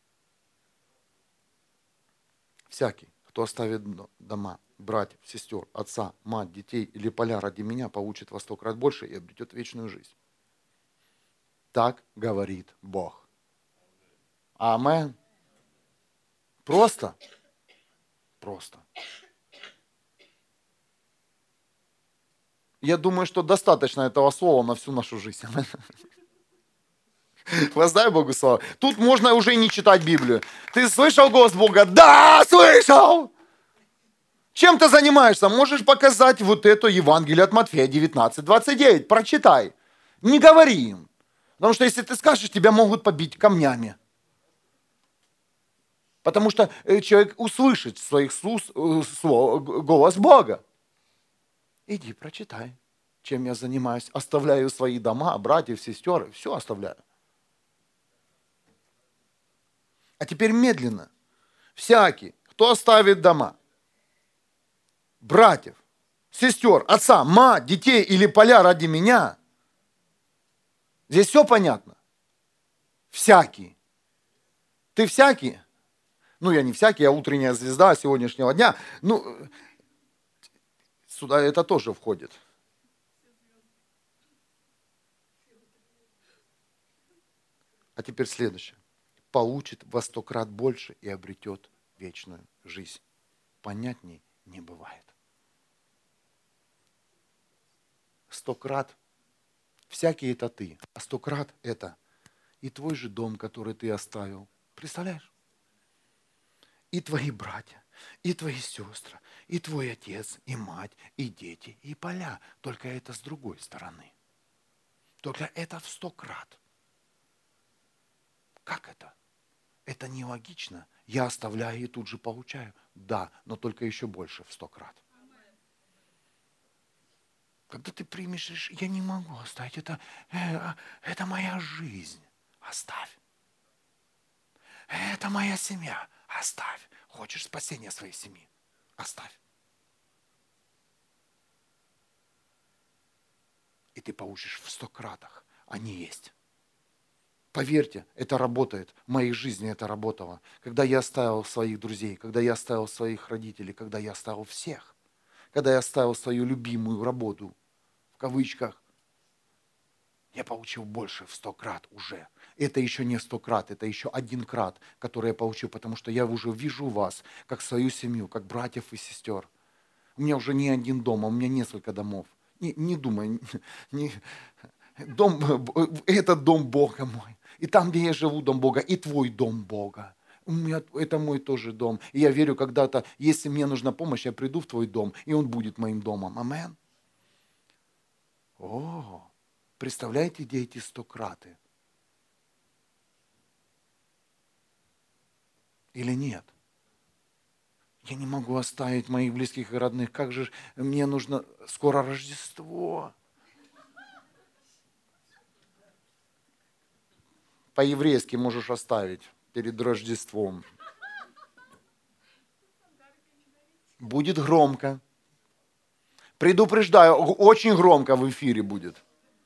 A: Всякий, кто оставит дома, братьев, сестер, отца, мать, детей или поля ради меня, получит во сто крат больше и обретет вечную жизнь. Так говорит Бог. Амен. Просто? Просто. Я думаю, что достаточно этого слова на всю нашу жизнь. Воздай Богу славу. Тут можно уже и не читать Библию. Ты слышал голос Бога? Да, слышал! Чем ты занимаешься? Можешь показать вот это Евангелие от Матфея девятнадцать двадцать девять. Прочитай. Не говори им. Потому что если ты скажешь, тебя могут побить камнями. Потому что человек услышит в своих слух голос Бога. Иди, прочитай, чем я занимаюсь. Оставляю свои дома, братьев, сестер, все оставляю. А теперь медленно. Всякий, кто оставит дома, братьев, сестер, отца, мать, детей или поля ради меня. Здесь все понятно. Всякий. Ты всякий? Ну, я не всякий, я утренняя звезда сегодняшнего дня. Ну, сюда это тоже входит. А теперь следующее. Получит во сто крат больше и обретет вечную жизнь. Понятней не бывает. Сто крат, всякий это ты, а сто крат это и твой же дом, который ты оставил. Представляешь? И твои братья, и твои сестры, и твой отец, и мать, и дети, и поля. Только это с другой стороны. Только это в сто крат. Как это? Это нелогично. Я оставляю и тут же получаю. Да, но только еще больше в сто крат. Когда ты примешь решение, я не могу оставить, это, э, это моя жизнь. Оставь. Это моя семья. Оставь. Хочешь спасения своей семьи? Оставь. И ты получишь в сто кратах. Они есть. Поверьте, это работает. В моей жизни это работало. Когда я оставил своих друзей, когда я оставил своих родителей, когда я оставил всех, когда я оставил свою любимую работу, в кавычках, я получил больше в сто крат уже. Это еще не сто крат, это еще один крат, который я получил, потому что я уже вижу вас, как свою семью, как братьев и сестер. У меня уже не один дом, а у меня несколько домов. Не, не думай, не, дом, это дом Бога мой. И там, где я живу, дом Бога, и твой дом Бога. У меня, это мой тоже дом. И я верю, когда-то, если мне нужна помощь, я приду в твой дом, и он будет моим домом. Амен. О, представляете, где эти стократы? Или нет? Я не могу оставить моих близких и родных. Как же мне нужно... Скоро Рождество. По-еврейски можешь оставить перед Рождеством. Будет громко. Предупреждаю, очень громко в эфире будет.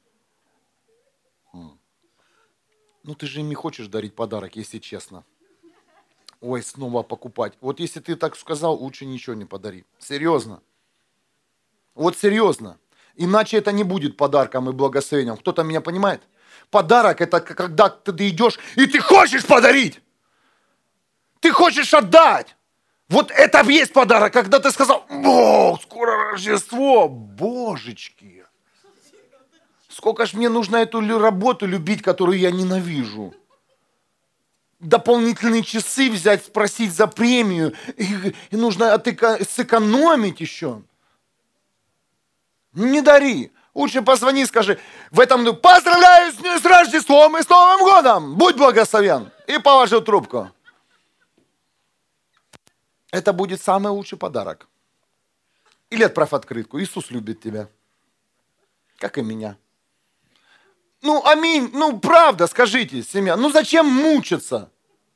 A: Ну ты же им не хочешь дарить подарок, если честно. Ой, снова покупать. Вот если ты так сказал, лучше ничего не подари. Серьезно. Вот серьезно. Иначе это не будет подарком и благословением. Кто-то меня понимает? Подарок это когда ты идешь и ты хочешь подарить. Ты хочешь отдать. Вот это и есть подарок, когда ты сказал, о, скоро Рождество, божечки. Сколько ж мне нужно эту работу любить, которую я ненавижу. Дополнительные часы взять, спросить за премию. И, и нужно отыка, сэкономить еще. Не дари. Лучше позвони, скажи, в этом году поздравляю с, с Рождеством и с Новым годом. Будь благословен. И положил трубку. Это будет самый лучший подарок. Или отправь открытку. Иисус любит тебя. Как и меня. Ну, аминь. Ну, правда, скажите, семья. Ну, зачем мучиться?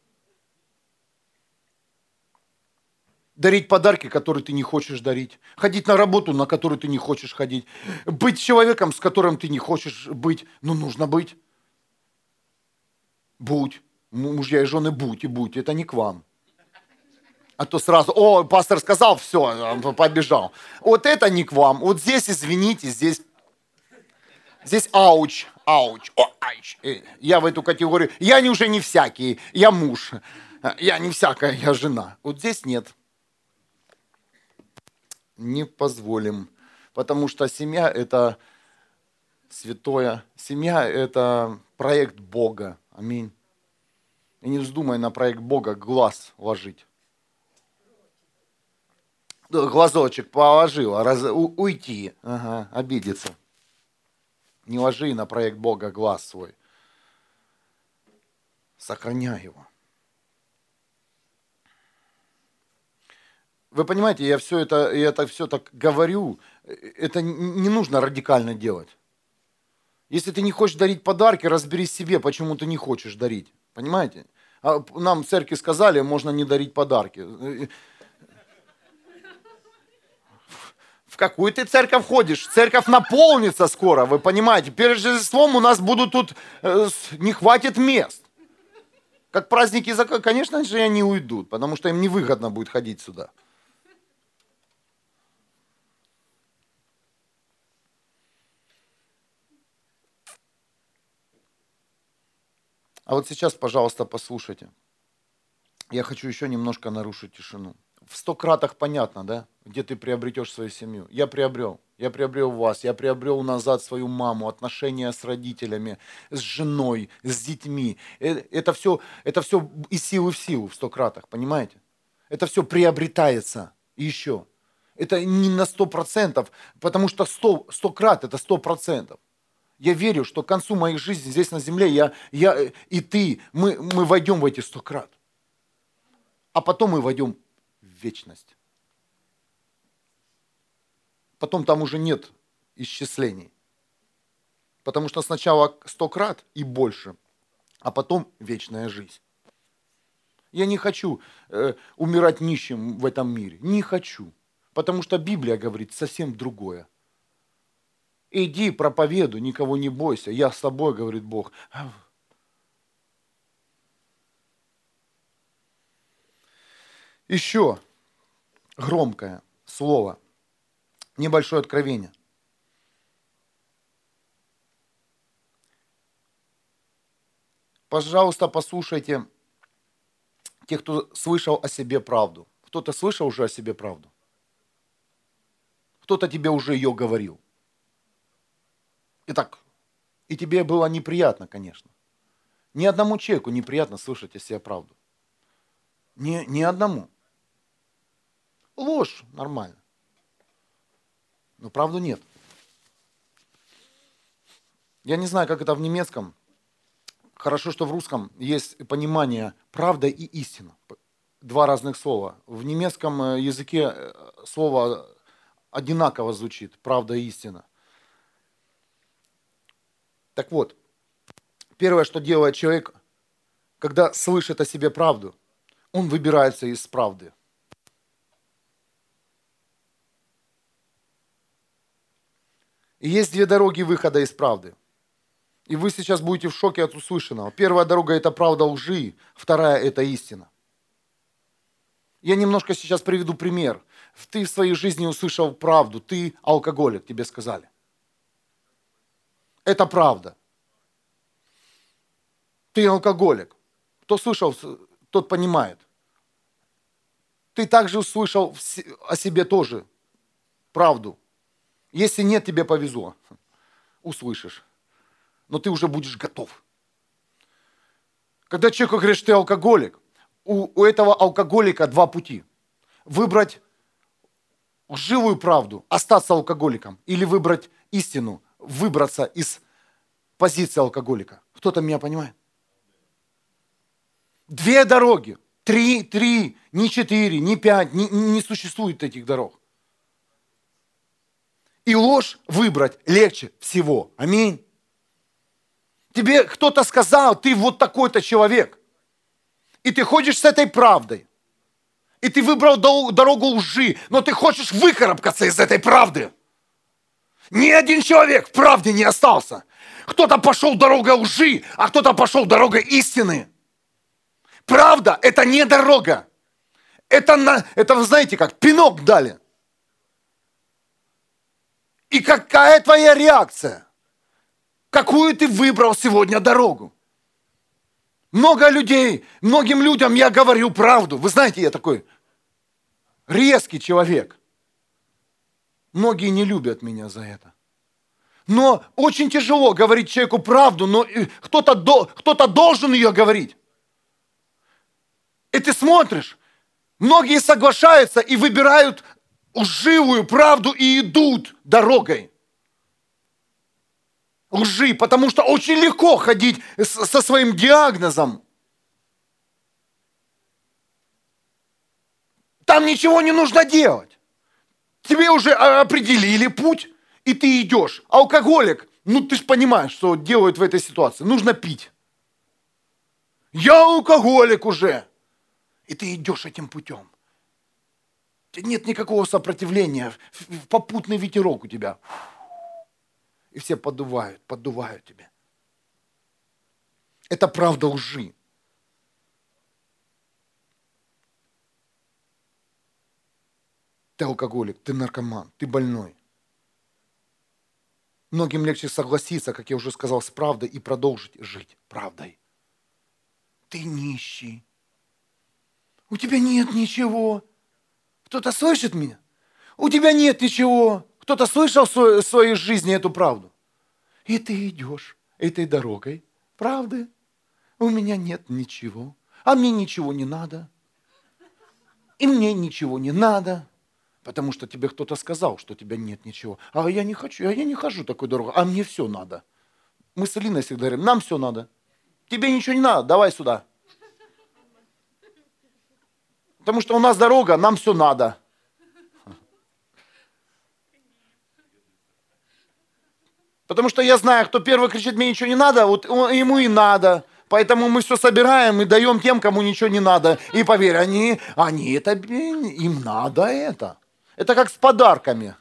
A: Дарить подарки, которые ты не хочешь дарить. Ходить на работу, на которую ты не хочешь ходить. Быть человеком, с которым ты не хочешь быть. Ну, нужно быть. Будь. Мужья и жены, будь и будь. Это не к вам. А то сразу, о, пастор сказал, все, побежал. Вот это не к вам. Вот здесь, извините, здесь... Здесь ауч, ауч, о, айч. Я в эту категорию. Я не, уже не всякий, я муж. Я не всякая, я жена. Вот здесь нет. Не позволим. Потому что семья это святое. Семья это проект Бога. Аминь. И не вздумай на проект Бога глаз ложить. Глазочек положил, раз, у, уйти, ага, обидеться. Не ложи на проект Бога глаз свой. Сохраняй его. Вы понимаете, я все это, я это все так говорю, это не нужно радикально делать. Если ты не хочешь дарить подарки, разберись себе, почему ты не хочешь дарить. Понимаете? А нам в церкви сказали, можно не дарить подарки. В какую ты церковь ходишь? Церковь наполнится скоро, вы понимаете. Перед Рождеством у нас будут тут, э, не хватит мест. Как праздники, конечно же, они уйдут, потому что им невыгодно будет ходить сюда. А вот сейчас, пожалуйста, послушайте. Я хочу еще немножко нарушить тишину. В сто кратах понятно, да? Где ты приобретешь свою семью. Я приобрел. Я приобрел вас. Я приобрел назад свою маму, отношения с родителями, с женой, с детьми. Э, Это все, это все из силы в силу в сто кратах, понимаете? Это все приобретается еще. Это не на сто процентов, потому что сто, сто крат это сто процентов. Я верю, что к концу моей жизни здесь на земле я, я и ты, мы, мы войдем в эти сто крат. А потом мы войдем в вечность. Потом там уже нет исчислений. Потому что сначала сто крат и больше, а потом вечная жизнь. Я не хочу э, умирать нищим в этом мире. Не хочу. Потому что Библия говорит совсем другое. Иди, проповедуй, никого не бойся. Я с тобой, говорит Бог. Еще громкое слово. Небольшое откровение. Пожалуйста, послушайте тех, кто слышал о себе правду. Кто-то слышал уже о себе правду? Кто-то тебе уже ее говорил. Итак, и тебе было неприятно, конечно. Ни одному человеку неприятно слышать о себе правду. Ни, ни одному. Ложь нормально. Но правду нет. Я не знаю, как это в немецком. Хорошо, что в русском есть понимание правда и истина. Два разных слова. В немецком языке слово одинаково звучит. Правда и истина. Так вот, первое, что делает человек, когда слышит о себе правду, он выбирается из правды. И есть две дороги выхода из правды. И вы сейчас будете в шоке от услышанного. Первая дорога – это правда лжи, вторая – это истина. Я немножко сейчас приведу пример. Ты в своей жизни услышал правду, ты алкоголик, тебе сказали. Это правда. Ты алкоголик. Кто слышал, тот понимает. Ты также услышал о себе тоже правду. Если нет, тебе повезло. Услышишь. Но ты уже будешь готов. Когда человеку говорит, что ты алкоголик, у, у этого алкоголика два пути. Выбрать лживую правду, остаться алкоголиком, или выбрать истину, выбраться из позиции алкоголика. Кто-то меня понимает? Две дороги. Три, три, не четыре, не пять, не, не существует этих дорог. И ложь выбрать легче всего. Аминь. Тебе кто-то сказал, ты вот такой-то человек. И ты ходишь с этой правдой. И ты выбрал дорогу лжи, но ты хочешь выкарабкаться из этой правды. Ни один человек в правде не остался. Кто-то пошел дорогой лжи, а кто-то пошел дорогой истины. Правда – это не дорога. Это, на, это вы знаете как, пинок дали. И какая твоя реакция? Какую ты выбрал сегодня дорогу? Много людей, многим людям я говорю правду. Вы знаете, я такой резкий человек. Многие не любят меня за это. Но очень тяжело говорить человеку правду, но кто-то, до, кто-то должен ее говорить. И ты смотришь, многие соглашаются и выбирают лживую правду и идут дорогой лжи, потому что очень легко ходить со своим диагнозом. Там ничего не нужно делать. Тебе уже определили путь, и ты идешь. Алкоголик, ну ты же понимаешь, что делают в этой ситуации. Нужно пить. Я алкоголик уже. И ты идешь этим путем. Нет никакого сопротивления. Попутный ветерок у тебя. И все поддувают, поддувают тебя. Это правда лжи. Ты алкоголик, ты наркоман, ты больной. Многим легче согласиться, как я уже сказал, с правдой и продолжить жить правдой. Ты нищий. У тебя нет ничего. Кто-то слышит меня? У тебя нет ничего. Кто-то слышал в своей жизни эту правду? И ты идешь этой дорогой правды. У меня нет ничего. А мне ничего не надо. И мне ничего не надо. Потому что тебе кто-то сказал, что у тебя нет ничего. А я не хочу, а я не хожу такой дорогой. А мне все надо. Мы с Алиной всегда говорим, нам все надо. Тебе ничего не надо, давай сюда. Потому что у нас дорога, нам все надо. Потому что я знаю, кто первый кричит, мне ничего не надо, вот ему и надо. Поэтому мы все собираем и даем тем, кому ничего не надо. И поверь, они, они это, им надо это. Это как с подарками.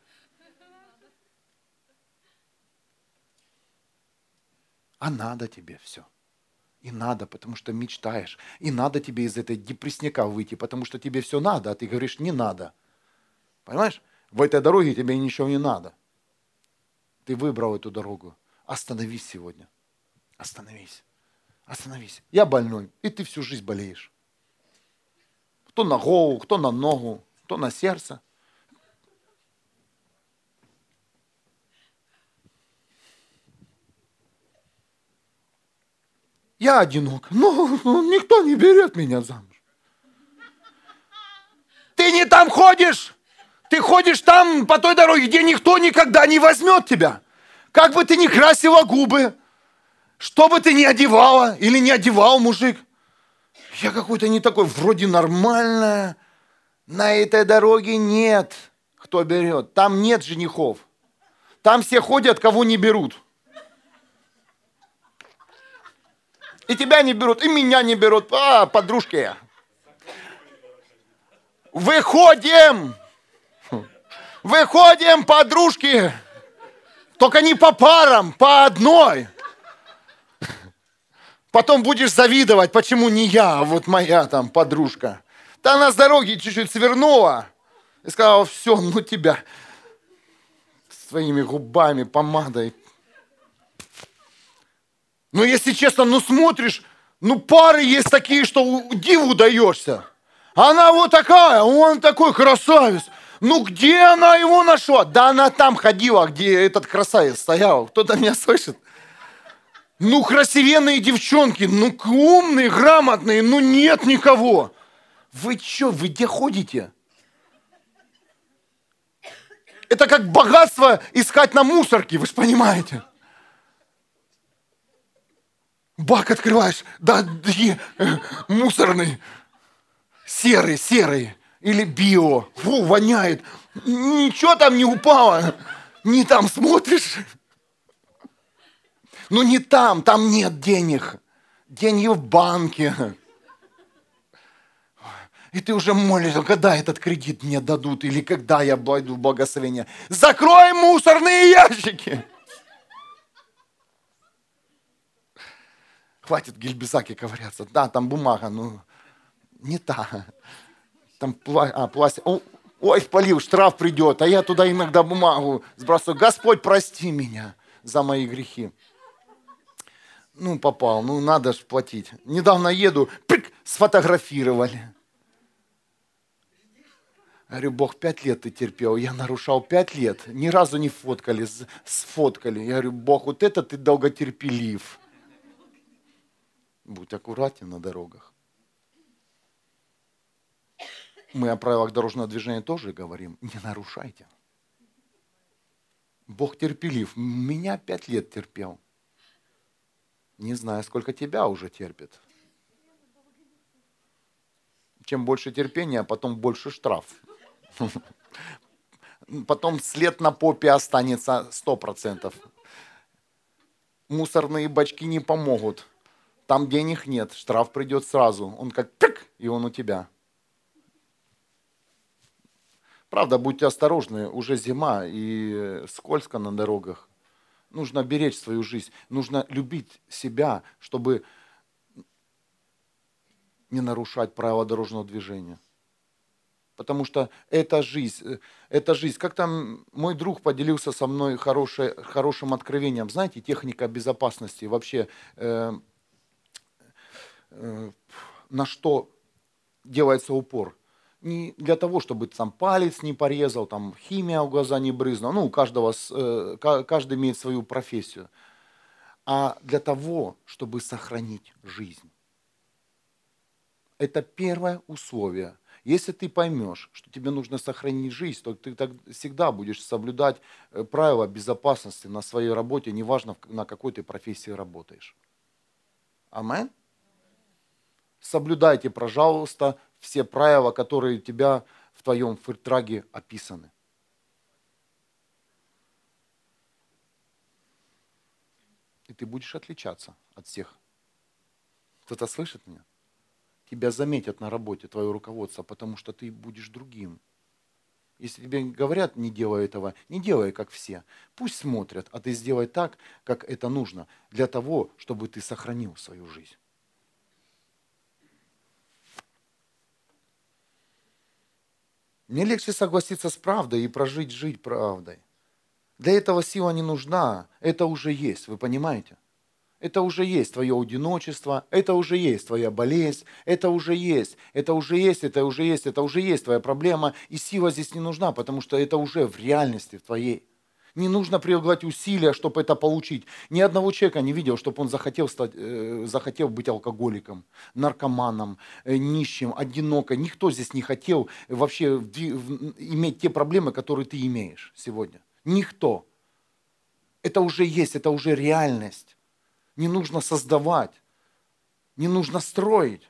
A: А надо тебе все. И надо, потому что мечтаешь. И надо тебе из этой депрессняка выйти, потому что тебе все надо, а ты говоришь, не надо. Понимаешь? В этой дороге тебе ничего не надо. Ты выбрал эту дорогу. Остановись сегодня. Остановись. Остановись. Я больной, и ты всю жизнь болеешь. Кто на голову, кто на ногу, кто на сердце. Я одинок, но никто не берет меня замуж. Ты не там ходишь. Ты ходишь там по той дороге, где никто никогда не возьмет тебя. Как бы ты ни красила губы, что бы ты ни одевала или не одевал, мужик. Я какой-то не такой, вроде нормальная. На этой дороге нет, кто берет. Там нет женихов. Там все ходят, кого не берут. И тебя не берут, и меня не берут. А, подружки. Выходим. Выходим, подружки. Только не по парам, по одной. Потом будешь завидовать, почему не я, а вот моя там подружка. Та она с дороги чуть-чуть свернула и сказала, все, ну тебя с твоими губами, помадой. Ну, если честно, ну смотришь, ну пары есть такие, что диву даешься. Она вот такая, он такой красавец. Ну где она его нашла? Да она там ходила, где этот красавец стоял. Кто-то меня слышит? Ну красивенные девчонки, ну умные, грамотные, ну нет никого. Вы что, вы где ходите? Это как богатство искать на мусорке, вы же понимаете. Бак открываешь, да, е, э, мусорный, серый, серый, или био, фу, воняет, ничего там не упало, не там смотришь, ну не там, там нет денег, деньги в банке, и ты уже молишься, когда этот кредит мне дадут, или когда я пойду в благословение, закрой мусорные ящики. Хватит в гельбезаке ковыряться. Да, там бумага, ну, не та. Там пла... а, пластик. О, ой, спалил, штраф придет, а я туда иногда бумагу сбрасываю. Господь, прости меня за мои грехи. Ну, попал, ну, надо ж платить. Недавно еду, пик, сфотографировали. Я говорю, Бог, пять лет ты терпел, я нарушал пять лет, ни разу не фоткали, сфоткали. Я говорю, Бог, вот это ты долготерпелив. Будь аккуратен на дорогах. Мы о правилах дорожного движения тоже говорим. Не нарушайте. Бог терпелив. Меня пять лет терпел. Не знаю, сколько тебя уже терпит. Чем больше терпения, потом больше штраф. Потом след на попе останется сто процентов. Мусорные бачки не помогут. Там денег нет, штраф придет сразу. Он как пик, и он у тебя. Правда, будьте осторожны, уже зима и скользко на дорогах. Нужно беречь свою жизнь, нужно любить себя, чтобы не нарушать правила дорожного движения. Потому что это жизнь, это жизнь. Как там мой друг поделился со мной хорошее, хорошим откровением. Знаете, техника безопасности вообще... Э, на что делается упор. Не для того, чтобы ты там палец не порезал, там химия в глаза не брызнула. Ну, у каждого, каждый имеет свою профессию. А для того, чтобы сохранить жизнь. Это первое условие. Если ты поймешь, что тебе нужно сохранить жизнь, то ты так всегда будешь соблюдать правила безопасности на своей работе, неважно, на какой ты профессии работаешь. Аминь. Соблюдайте, пожалуйста, все правила, которые у тебя в твоем фертраге описаны. И ты будешь отличаться от всех. Кто-то слышит меня? Тебя заметят на работе, твое руководство, потому что ты будешь другим. Если тебе говорят, не делай этого, не делай, как все. Пусть смотрят, а ты сделай так, как это нужно, для того, чтобы ты сохранил свою жизнь. Мне легче согласиться с правдой и прожить жить правдой. Для этого сила не нужна, это уже есть, вы понимаете? Это уже есть твое одиночество, это уже есть твоя болезнь, это уже есть, это уже есть, это уже есть, это уже есть твоя проблема. И сила здесь не нужна, потому что это уже в реальности в твоей. Не нужно прилагать усилия, чтобы это получить. Ни одного человека не видел, чтобы он захотел, стать, э, захотел быть алкоголиком, наркоманом, э, нищим, одинокой. Никто здесь не хотел вообще в, в, иметь те проблемы, которые ты имеешь сегодня. Никто. Это уже есть, это уже реальность. Не нужно создавать, не нужно строить.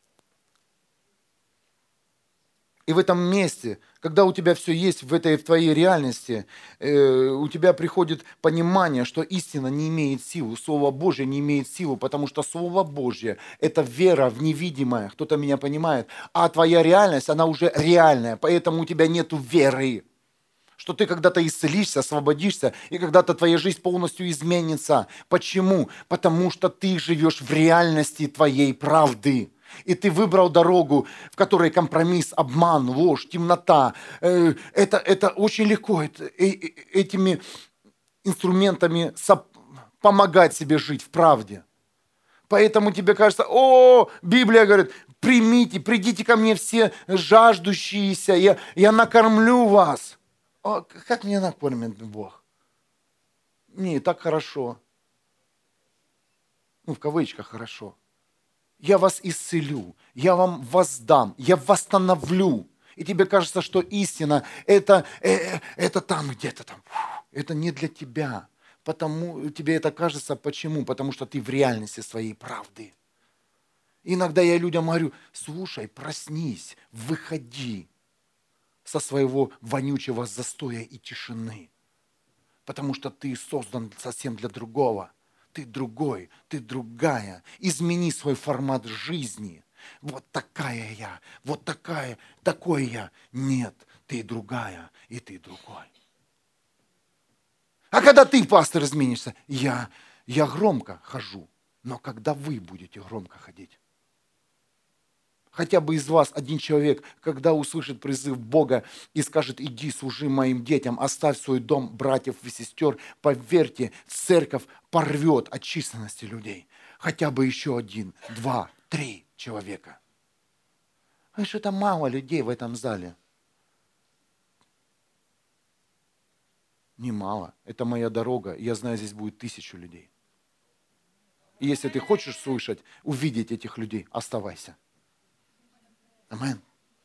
A: И в этом месте, когда у тебя все есть в этой в твоей реальности, э, у тебя приходит понимание, что истина не имеет силы, Слово Божье не имеет силы, потому что Слово Божье – это вера в невидимое, кто-то меня понимает, а твоя реальность, она уже реальная, поэтому у тебя нету веры. Что ты когда-то исцелишься, освободишься, и когда-то твоя жизнь полностью изменится. Почему? Потому что ты живешь в реальности твоей правды. И ты выбрал дорогу, в которой компромисс, обман, ложь, темнота. Это, это очень легко это, этими инструментами помогать себе жить в правде. Поэтому тебе кажется, о, Библия говорит, примите, придите ко мне все жаждущиеся, я, я накормлю вас. О, как меня накормит Бог? Не, так хорошо. Ну, в кавычках хорошо. Я вас исцелю, я вам воздам, я восстановлю. И тебе кажется, что истина это, э, это там где-то там. Это не для тебя. Потому тебе это кажется, почему? Потому что ты в реальности своей правды. Иногда я людям говорю, слушай, проснись, выходи со своего вонючего застоя и тишины. Потому что ты создан совсем для другого. Ты другой, ты другая. Измени свой формат жизни. Вот такая я, вот такая, такой я. Нет, ты другая, и ты другой. А когда ты, пастор, изменишься, я, я громко хожу. Но когда вы будете громко ходить? Хотя бы из вас один человек, когда услышит призыв Бога и скажет, иди, служи моим детям, оставь свой дом братьев и сестер, поверьте, церковь порвет от численности людей. Хотя бы еще один, два, три человека. А что-то мало людей в этом зале. Немало. Это моя дорога. Я знаю, здесь будет тысячу людей. И если ты хочешь слышать, увидеть этих людей, оставайся. Аминь.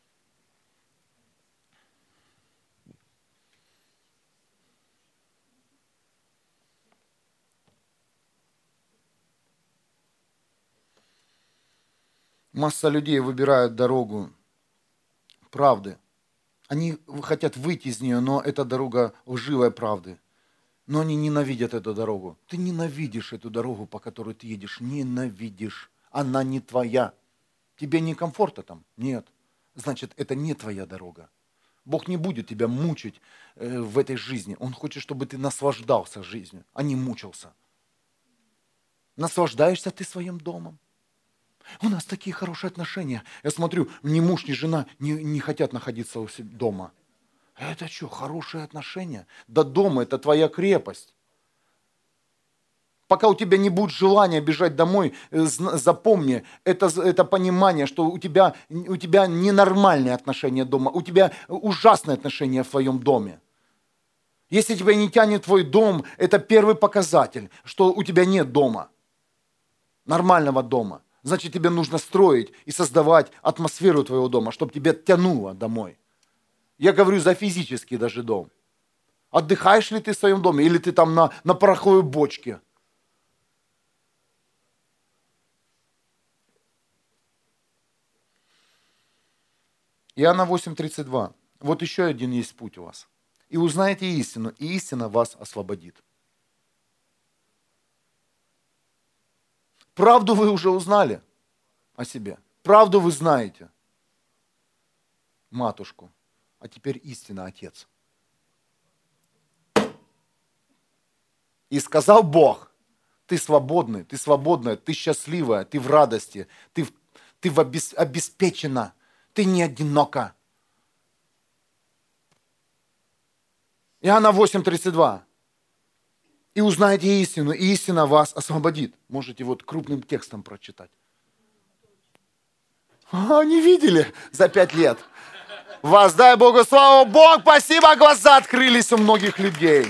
A: Масса людей выбирают дорогу правды. Они хотят выйти из нее, но это дорога лживой правды. Но они ненавидят эту дорогу. Ты ненавидишь эту дорогу, по которой ты едешь. Ненавидишь. Она не твоя. Тебе некомфортно там? Нет. Значит, это не твоя дорога. Бог не будет тебя мучить э, в этой жизни. Он хочет, чтобы ты наслаждался жизнью, а не мучился. Наслаждаешься ты своим домом? У нас такие хорошие отношения. Я смотрю, ни муж, ни жена не, не хотят находиться у себя дома. Это что, хорошие отношения? Да дома это твоя крепость. пока у тебя не будет желания бежать домой, запомни, это, это понимание, что у тебя, у тебя ненормальные отношения дома, у тебя ужасные отношения в твоем доме. Если тебя не тянет твой дом, это первый показатель, что у тебя нет дома, нормального дома. Значит, тебе нужно строить и создавать атмосферу твоего дома, чтобы тебя тянуло домой. Я говорю за физический даже дом. Отдыхаешь ли ты в своем доме, или ты там на, на пороховой бочке? Иоанна восемь тридцать два. Вот еще один есть путь у вас. И узнаете истину, и истина вас освободит. Правду вы уже узнали о себе. Правду вы знаете. Матушку. А теперь истина, Отец. И сказал Бог, ты свободный, ты свободная, ты счастливая, ты в радости, ты, ты в обес, обеспечена, ты не одинока. Иоанна восемь тридцать два. И узнаете истину, и истина вас освободит. Можете вот крупным текстом прочитать. А, не видели за пять лет. Воздай Богу славу. Бог, спасибо, глаза открылись у многих людей.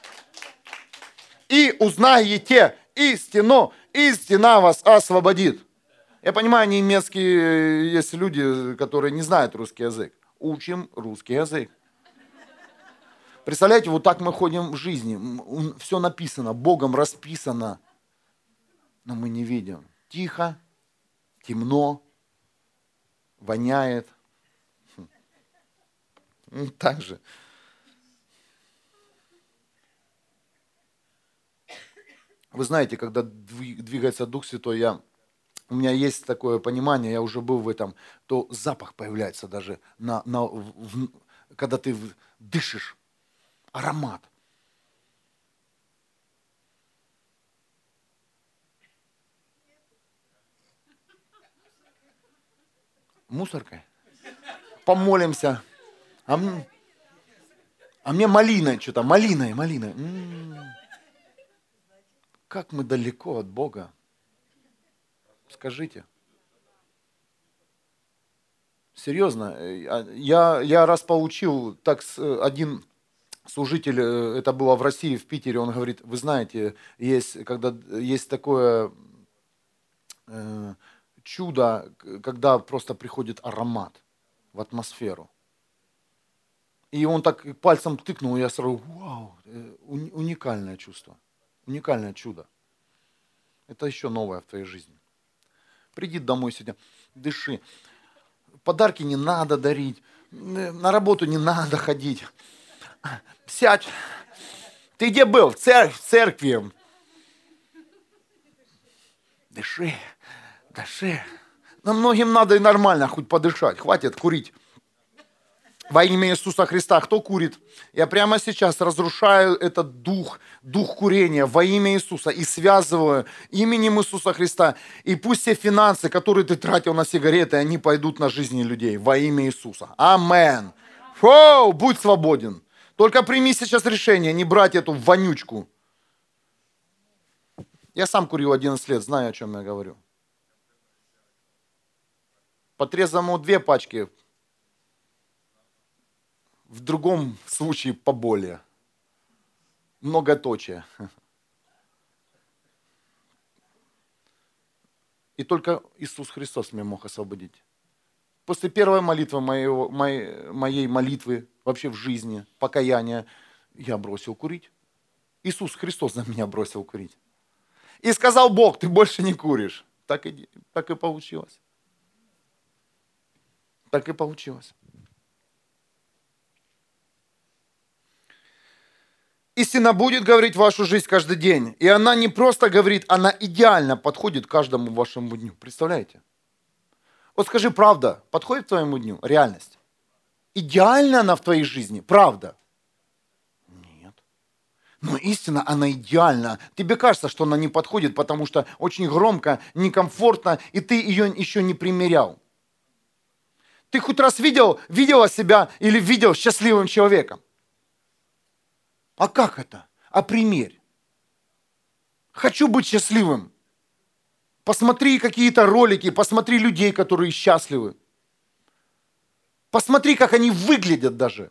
A: И узнаете истину, истина вас освободит. Я понимаю, немецкие есть люди, которые не знают русский язык. Учим русский язык. Представляете, вот так мы ходим в жизни. Все написано, Богом расписано. Но мы не видим. Тихо, темно, воняет. Так же. Вы знаете, когда двигается Дух Святой, я, у меня есть такое понимание, я уже был в этом, то запах появляется даже, на, на, в, когда ты дышишь, аромат. Мусоркой? Помолимся. А, м- а мне малиной что-то, малиной, малиной. М-м-м. Как мы далеко от Бога. Скажите. Серьезно, я, я раз получил, так один служитель, это было в России, в Питере, он говорит, вы знаете, есть, когда, есть такое э, чудо, когда просто приходит аромат в атмосферу. И он так пальцем тыкнул, и я сразу, вау, уникальное чувство, уникальное чудо. Это еще новое в твоей жизни. Приди домой сегодня, дыши. Подарки не надо дарить, на работу не надо ходить. Сядь. Ты где был? В церкви. В церкви. Дыши, дыши. Но многим надо и нормально хоть подышать, хватит курить. Во имя Иисуса Христа, кто курит? Я прямо сейчас разрушаю этот дух, дух курения во имя Иисуса и связываю именем Иисуса Христа. И пусть все финансы, которые ты тратил на сигареты, они пойдут на жизни людей во имя Иисуса. Амен. Фу, будь свободен. Только прими сейчас решение не брать эту вонючку. Я сам курил одиннадцать лет, знаю, о чем я говорю. По трезвому две пачки. В другом случае поболее. Многоточие. И только Иисус Христос меня мог освободить. После первой молитвы моего, моей, моей молитвы вообще в жизни, покаяния, я бросил курить. Иисус Христос за меня бросил курить. И сказал Бог, ты больше не куришь. Так и, так и получилось. Так и получилось. Истина будет говорить в вашу жизнь каждый день. И она не просто говорит, она идеально подходит каждому вашему дню. Представляете? Вот скажи, правда подходит к твоему дню? Реальность. Идеально она в твоей жизни? Правда? Нет. Но истина, она идеальна. Тебе кажется, что она не подходит, потому что очень громко, некомфортно, и ты ее еще не примерял. Ты хоть раз видел, видела себя или видел счастливым человеком? А как это? А примерь. Хочу быть счастливым. Посмотри какие-то ролики, посмотри людей, которые счастливы. Посмотри, как они выглядят даже.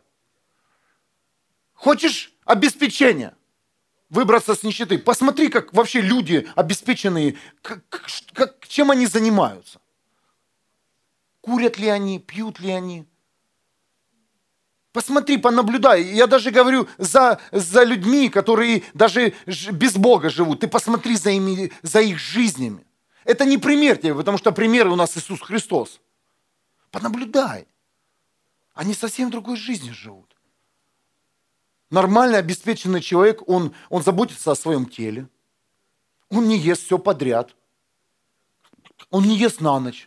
A: Хочешь обеспечения? Выбраться с нищеты. Посмотри, как вообще люди обеспеченные, как, как, чем они занимаются. Курят ли они, пьют ли они. Посмотри, понаблюдай. Я даже говорю за, за людьми, которые даже без Бога живут. Ты посмотри за, ими, за их жизнями. Это не пример тебе, потому что пример у нас Иисус Христос. Понаблюдай. Они совсем другой жизнью живут. Нормально обеспеченный человек, он, он заботится о своем теле. Он не ест все подряд. Он не ест на ночь.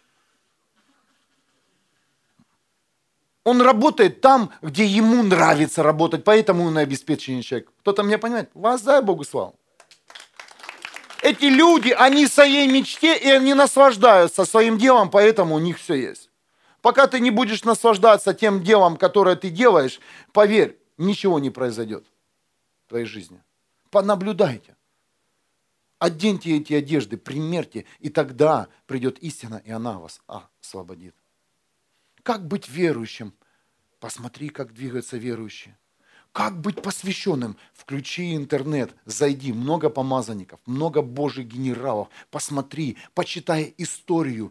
A: Он работает там, где ему нравится работать, поэтому он и обеспеченный человек. Кто-то меня понимает? Воздай Богу славу. Эти люди, они в своей мечте, и они наслаждаются своим делом, поэтому у них все есть. Пока ты не будешь наслаждаться тем делом, которое ты делаешь, поверь, ничего не произойдет в твоей жизни. Понаблюдайте. Оденьте эти одежды, примерьте, и тогда придет истина, и она вас освободит. Как быть верующим? Посмотри, как двигаются верующие. Как быть посвященным? Включи интернет, зайди, много помазанников, много Божьих генералов. Посмотри, почитай историю.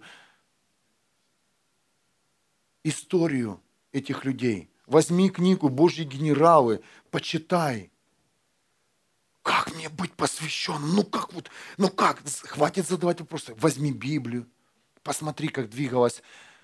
A: Историю этих людей. Возьми книгу «Божьи генералы», почитай. Как мне быть посвященным? Ну как вот, ну как? Хватит задавать вопросы. Возьми Библию, посмотри, как двигалась.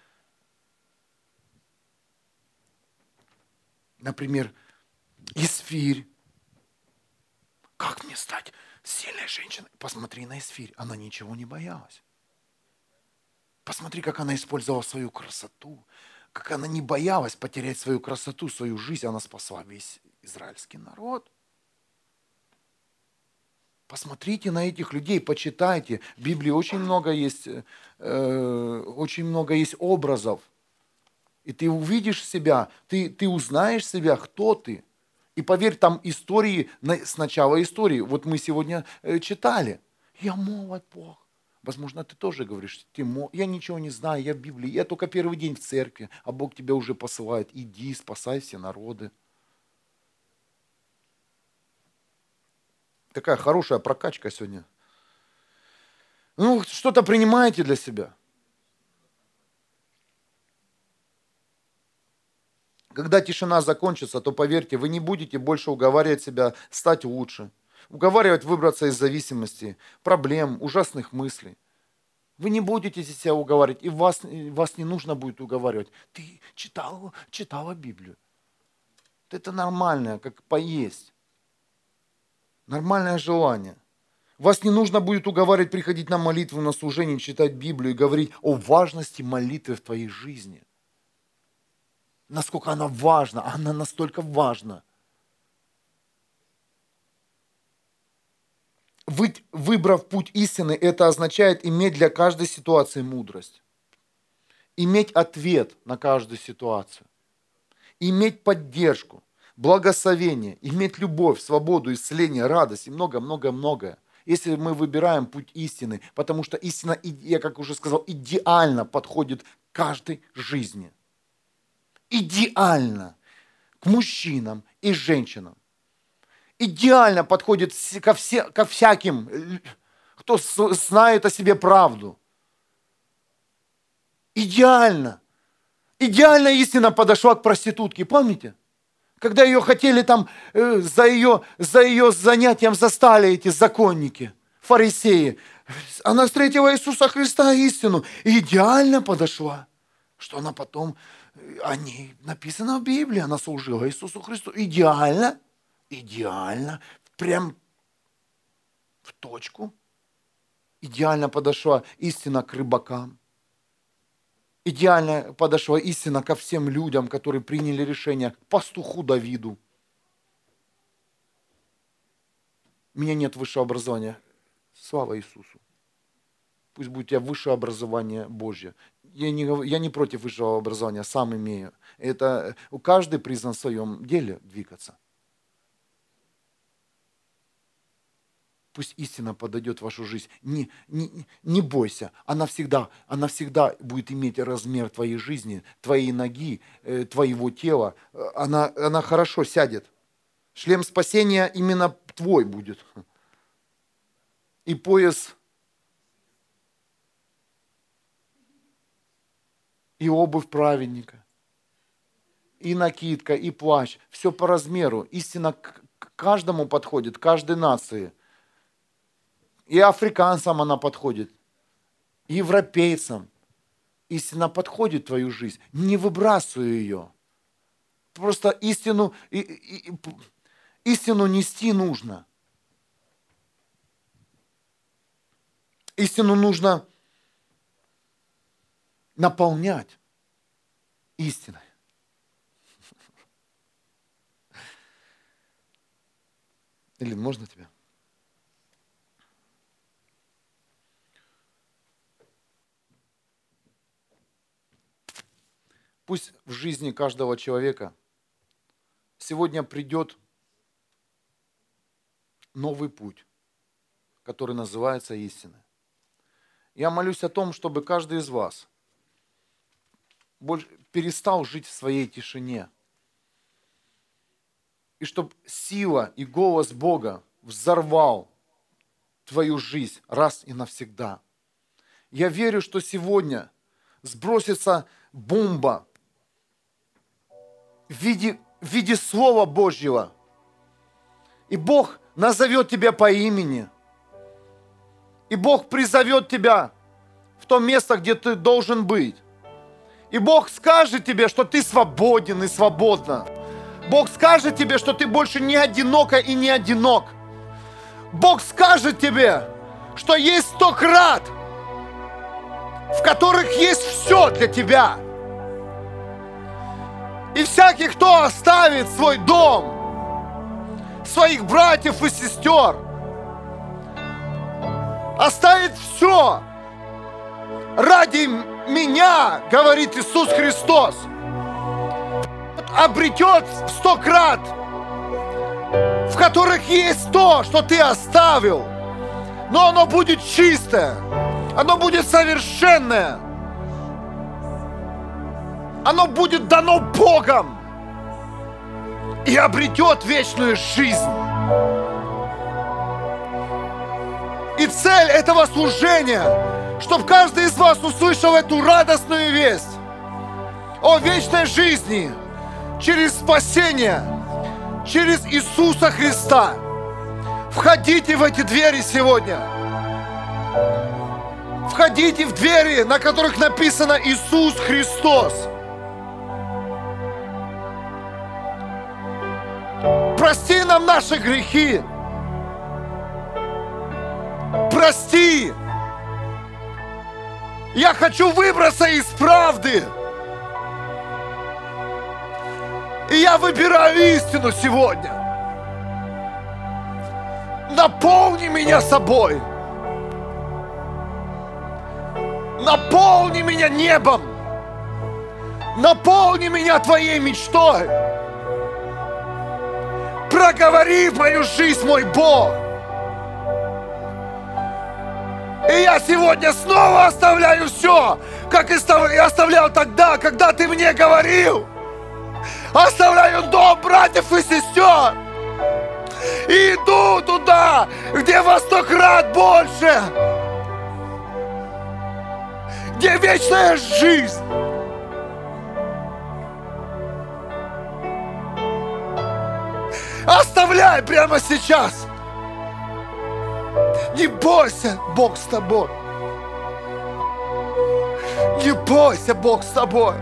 A: Например, Исфирь. Как мне стать сильной женщиной? Посмотри на Исфирь. Она ничего не боялась. Посмотри, как она использовала свою красоту. Как она не боялась потерять свою красоту, свою жизнь. Она спасла весь израильский народ. Посмотрите на этих людей, почитайте. В Библии очень много есть, э, очень много есть образов. И ты увидишь себя, ты, ты узнаешь себя, кто ты. И поверь, там истории, с начала истории, вот мы сегодня читали. Я молод, Бог. Возможно, ты тоже говоришь, ты мол... я ничего не знаю, я в Библии, я только первый день в церкви, а Бог тебя уже посылает. Иди, спасай все народы. Такая хорошая прокачка сегодня. Ну, что-то принимаете для себя. Когда тишина закончится, то поверьте, вы не будете больше уговаривать себя стать лучше. Уговаривать выбраться из зависимости, проблем, ужасных мыслей. Вы не будете себя уговаривать, и вас, и вас не нужно будет уговаривать. Ты читала, читала Библию. Это нормально, как поесть. Нормальное желание. Вас не нужно будет уговаривать приходить на молитву, на служение, читать Библию и говорить о важности молитвы в твоей жизни. Насколько она важна, она настолько важна. Вы, выбрав путь истины, это означает иметь для каждой ситуации мудрость. Иметь ответ на каждую ситуацию. Иметь поддержку, благословение, иметь любовь, свободу, исцеление, радость и много-много-многое. Если мы выбираем путь истины, потому что истина, я как уже сказал, идеально подходит к каждой жизни. Идеально к мужчинам и женщинам. Идеально подходит ко, все, ко всяким, кто знает о себе правду. Идеально. Идеальная истина подошла к проститутке, помните? Когда ее хотели там, э, за, ее, за ее занятием застали эти законники, фарисеи. Она встретила Иисуса Христа истину. И идеально подошла, что она потом... О ней написано в Библии, она служила Иисусу Христу. Идеально, идеально, прям в точку. Идеально подошла истина к рыбакам. Идеально подошла истина ко всем людям, которые приняли решение, к пастуху Давиду. У меня нет высшего образования. Слава Иисусу. Пусть будет у тебя высшее образование Божье. Я не, я не против высшего образования, сам имею. Это у каждый призван в своем деле двигаться. Пусть истина подойдет в вашу жизнь. Не, не, не бойся. Она всегда, она всегда будет иметь размер твоей жизни, твоей ноги, э, твоего тела. Она, она хорошо сядет. Шлем спасения именно твой будет. И пояс, и обувь праведника, и накидка, и плащ. Все по размеру. Истина к каждому подходит, каждой нации. И африканцам она подходит, и европейцам. Истина подходит в твою жизнь. Не выбрасывай ее. Просто истину, и, и, и, истину нести нужно. Истину нужно наполнять истиной. Элин, можно тебя? Пусть в жизни каждого человека сегодня придет новый путь, который называется истиной. Я молюсь о том, чтобы каждый из вас больше перестал жить в своей тишине. И чтобы сила и голос Бога взорвал твою жизнь раз и навсегда. Я верю, что сегодня сбросится бомба в виде, в виде Слова Божьего. И Бог назовет тебя по имени. И Бог призовет тебя в то место, где ты должен быть. И Бог скажет тебе, что ты свободен и свободна. Бог скажет тебе, что ты больше не одинока и не одинок. Бог скажет тебе, что есть сто крат, в которых есть все для тебя. И всякий, кто оставит свой дом, своих братьев и сестер, оставит все ради меня, говорит Иисус Христос, обретет сто крат, в которых есть то, что ты оставил, но оно будет чистое, оно будет совершенное, оно будет дано Богом и обретет вечную жизнь. И цель этого служения, чтобы каждый из вас услышал эту радостную весть о вечной жизни через спасение, через Иисуса Христа. Входите в эти двери сегодня. Входите в двери, на которых написано Иисус Христос. Прости нам наши грехи. Прости. Я хочу выбраться из правды. И я выбираю истину сегодня. Наполни меня собой. Наполни меня небом. Наполни меня Твоей мечтой. Проговори в мою жизнь, мой Бог. И я сегодня снова оставляю все, как и оставлял тогда, когда Ты мне говорил. Оставляю дом братьев и сестер. И иду туда, где во сто крат больше. Где вечная жизнь. Оставляй прямо сейчас. Не бойся, Бог с тобой. Не бойся, Бог с тобой.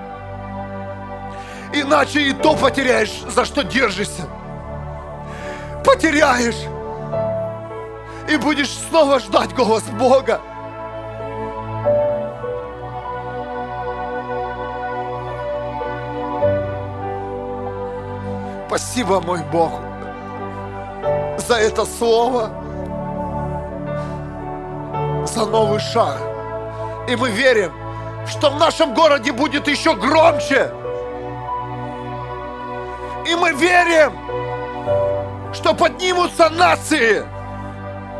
A: Иначе и то потеряешь, за что держишься. Потеряешь. И будешь снова ждать голос Бога. Спасибо, мой Бог, за это слово, за новый шаг. И мы верим, что в нашем городе будет еще громче. И мы верим, что поднимутся нации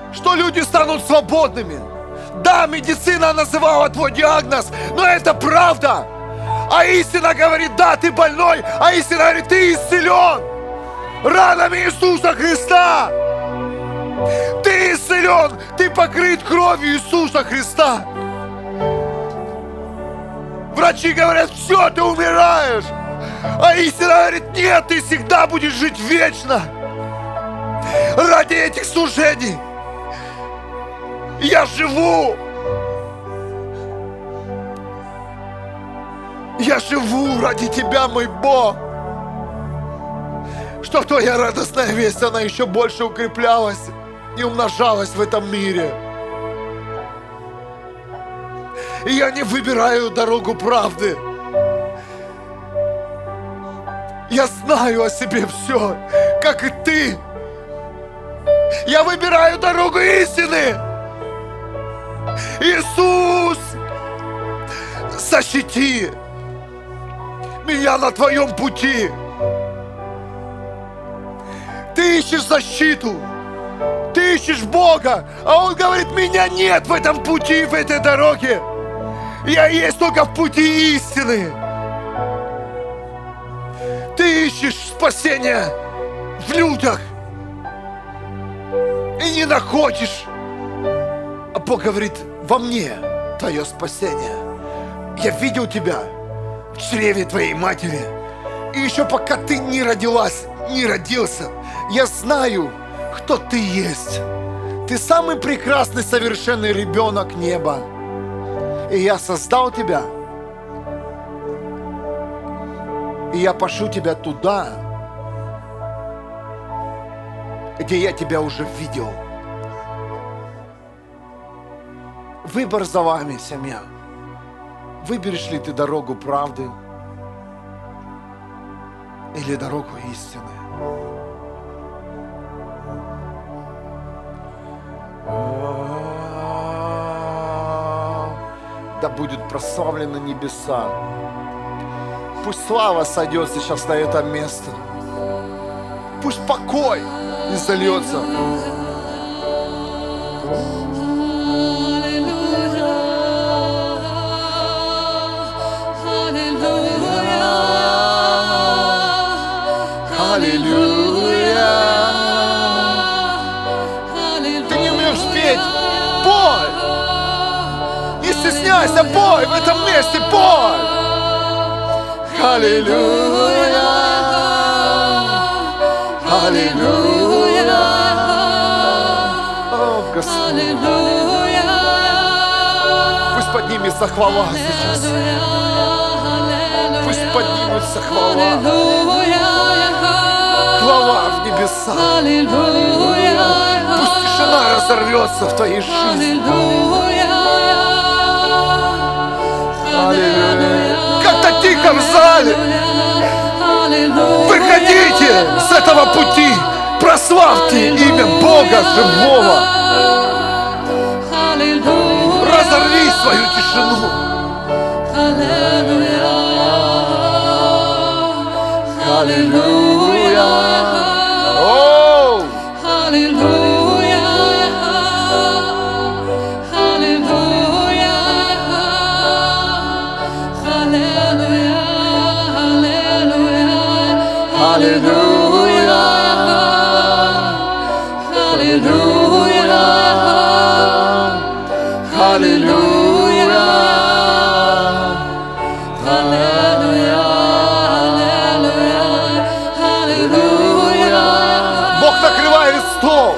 A: что люди станут свободными. Да, медицина называла твой диагноз, но это правда. А истина говорит, да, ты больной, а истина говорит, ты исцелен ранами Иисуса Христа. Ты исцелен, ты покрыт кровью Иисуса Христа. Врачи говорят, все, ты умираешь. А истина говорит, нет, ты всегда будешь жить вечно. Ради этих служений я живу. Я живу ради Тебя, мой Бог. Что Твоя радостная весть, она еще больше укреплялась и умножалась в этом мире. И я не выбираю дорогу правды. Я знаю о себе все, как и Ты. Я выбираю дорогу истины. Иисус, защити меня на Твоем пути. Ты ищешь защиту, ты ищешь Бога, а Он говорит, меня нет в этом пути, в этой дороге. Я есть только в пути истины. Ты ищешь спасения в людях и не находишь. А Бог говорит, во мне твое спасение. Я видел тебя в чреве твоей матери. И еще пока ты не родилась, не родился, я знаю, кто ты есть. Ты самый прекрасный, совершенный ребенок неба. И я создал тебя. И я пошлю тебя туда, где я тебя уже видел. Выбор за вами, семья. Выберешь ли ты дорогу правды или дорогу истины? Да будет прославлены небеса. Пусть слава сойдет сейчас на это место. Пусть покой изольется. Аллилуйя. Ты не умеешь петь? Пой! Не стесняйся, пой в этом месте, пой! Аллилуйя! Аллилуйя! О, Господь! Пусть поднимется хвала сейчас. Пусть поднимется хвала. Хвала в небеса. Пусть тишина разорвется в твоей жизни. Аллилуйя. Как-то тихо в зале. Выходите с этого пути. Прославьте имя Бога живого. Разорви свою тишину. Аллилуйя. О! Аллилуйя. Аллилуйя. Аллилуйя. Аллилуйя. Аллилуйя. Аллилуйя. Аллилуйя. Бог накрывает стол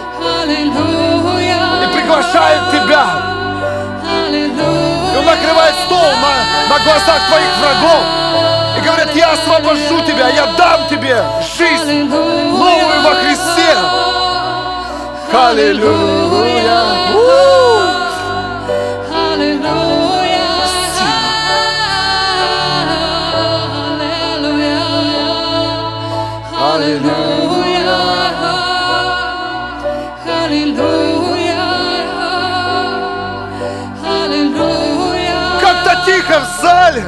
A: и приглашает тебя. И Он накрывает стол на, на глазах твоих врагов. И говорит, я освобожу тебя, я дам тебе жизнь новую во Христе. Аллилуйя. Аллилуйя. Аллилуйя. Аллилуйя. Как-то тихо в зале.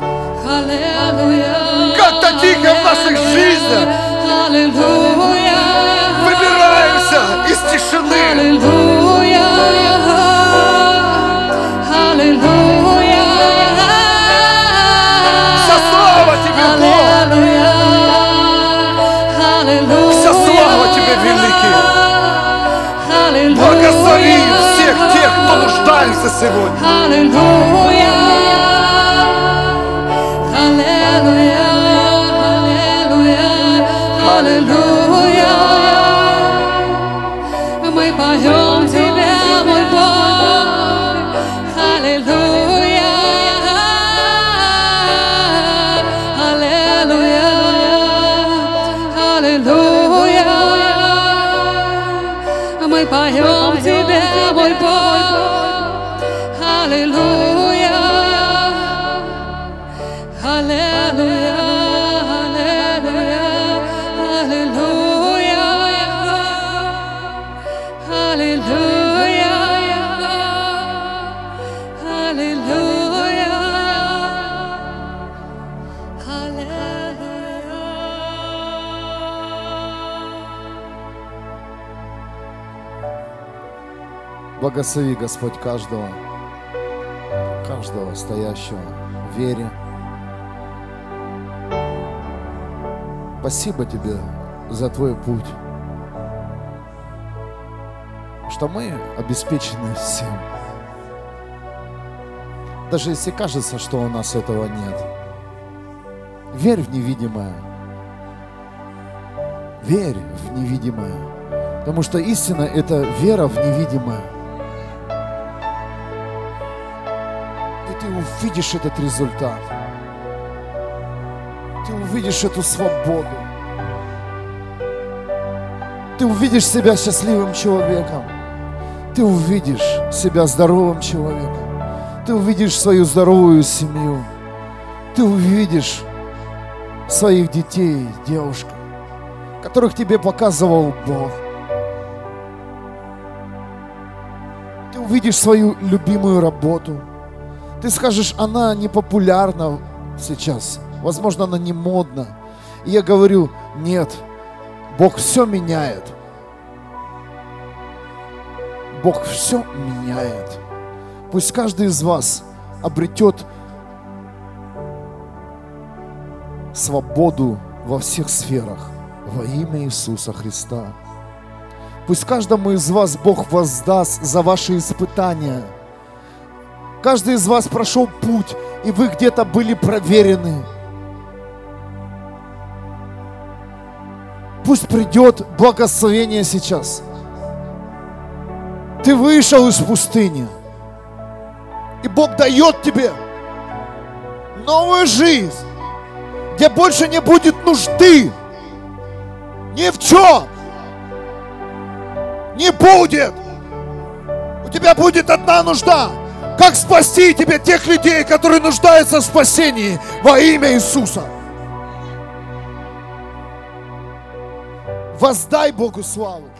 A: Как-то тихо в наших жизнях. Выбираемся из тишины. сердце сегодня.
B: Аллилуйя, аллилуйя, аллилуйя, аллилуйя. Мы поем Тебя, мой Бог. Аллилуйя, аллилуйя, аллилуйя. Мы поем Тебя, мой Бог. Аллилуйя, аллилуйя, аллилуйя, аллилуйя, аллилуйя, аллилуйя, аллилуйя.
C: Благослови, Господь, каждого, каждого стоящего в вере. Спасибо Тебе за Твой путь, что мы обеспечены всем. Даже если кажется, что у нас этого нет. Верь в невидимое. Верь в невидимое. Потому что истина – это вера в невидимое. И ты увидишь этот результат. Ты увидишь эту свободу. Ты увидишь себя счастливым человеком. Ты увидишь себя здоровым человеком. Ты увидишь свою здоровую семью. Ты увидишь своих детей, девушек, которых тебе показывал Бог. Ты увидишь свою любимую работу. Ты скажешь, она не популярна сейчас. Возможно, она не модна. И я говорю, нет, Бог все меняет. Бог все меняет. Пусть каждый из вас обретет свободу во всех сферах во имя Иисуса Христа. Пусть каждому из вас Бог воздаст за ваши испытания. Каждый из вас прошел путь, и вы где-то были проверены. Пусть придет благословение сейчас. Ты вышел из пустыни, и Бог дает тебе новую жизнь, где больше не будет нужды ни в чем. Не будет. У тебя будет одна нужда. Как спасти тебе тех людей, которые нуждаются в спасении во имя Иисуса. Воздай Богу славу.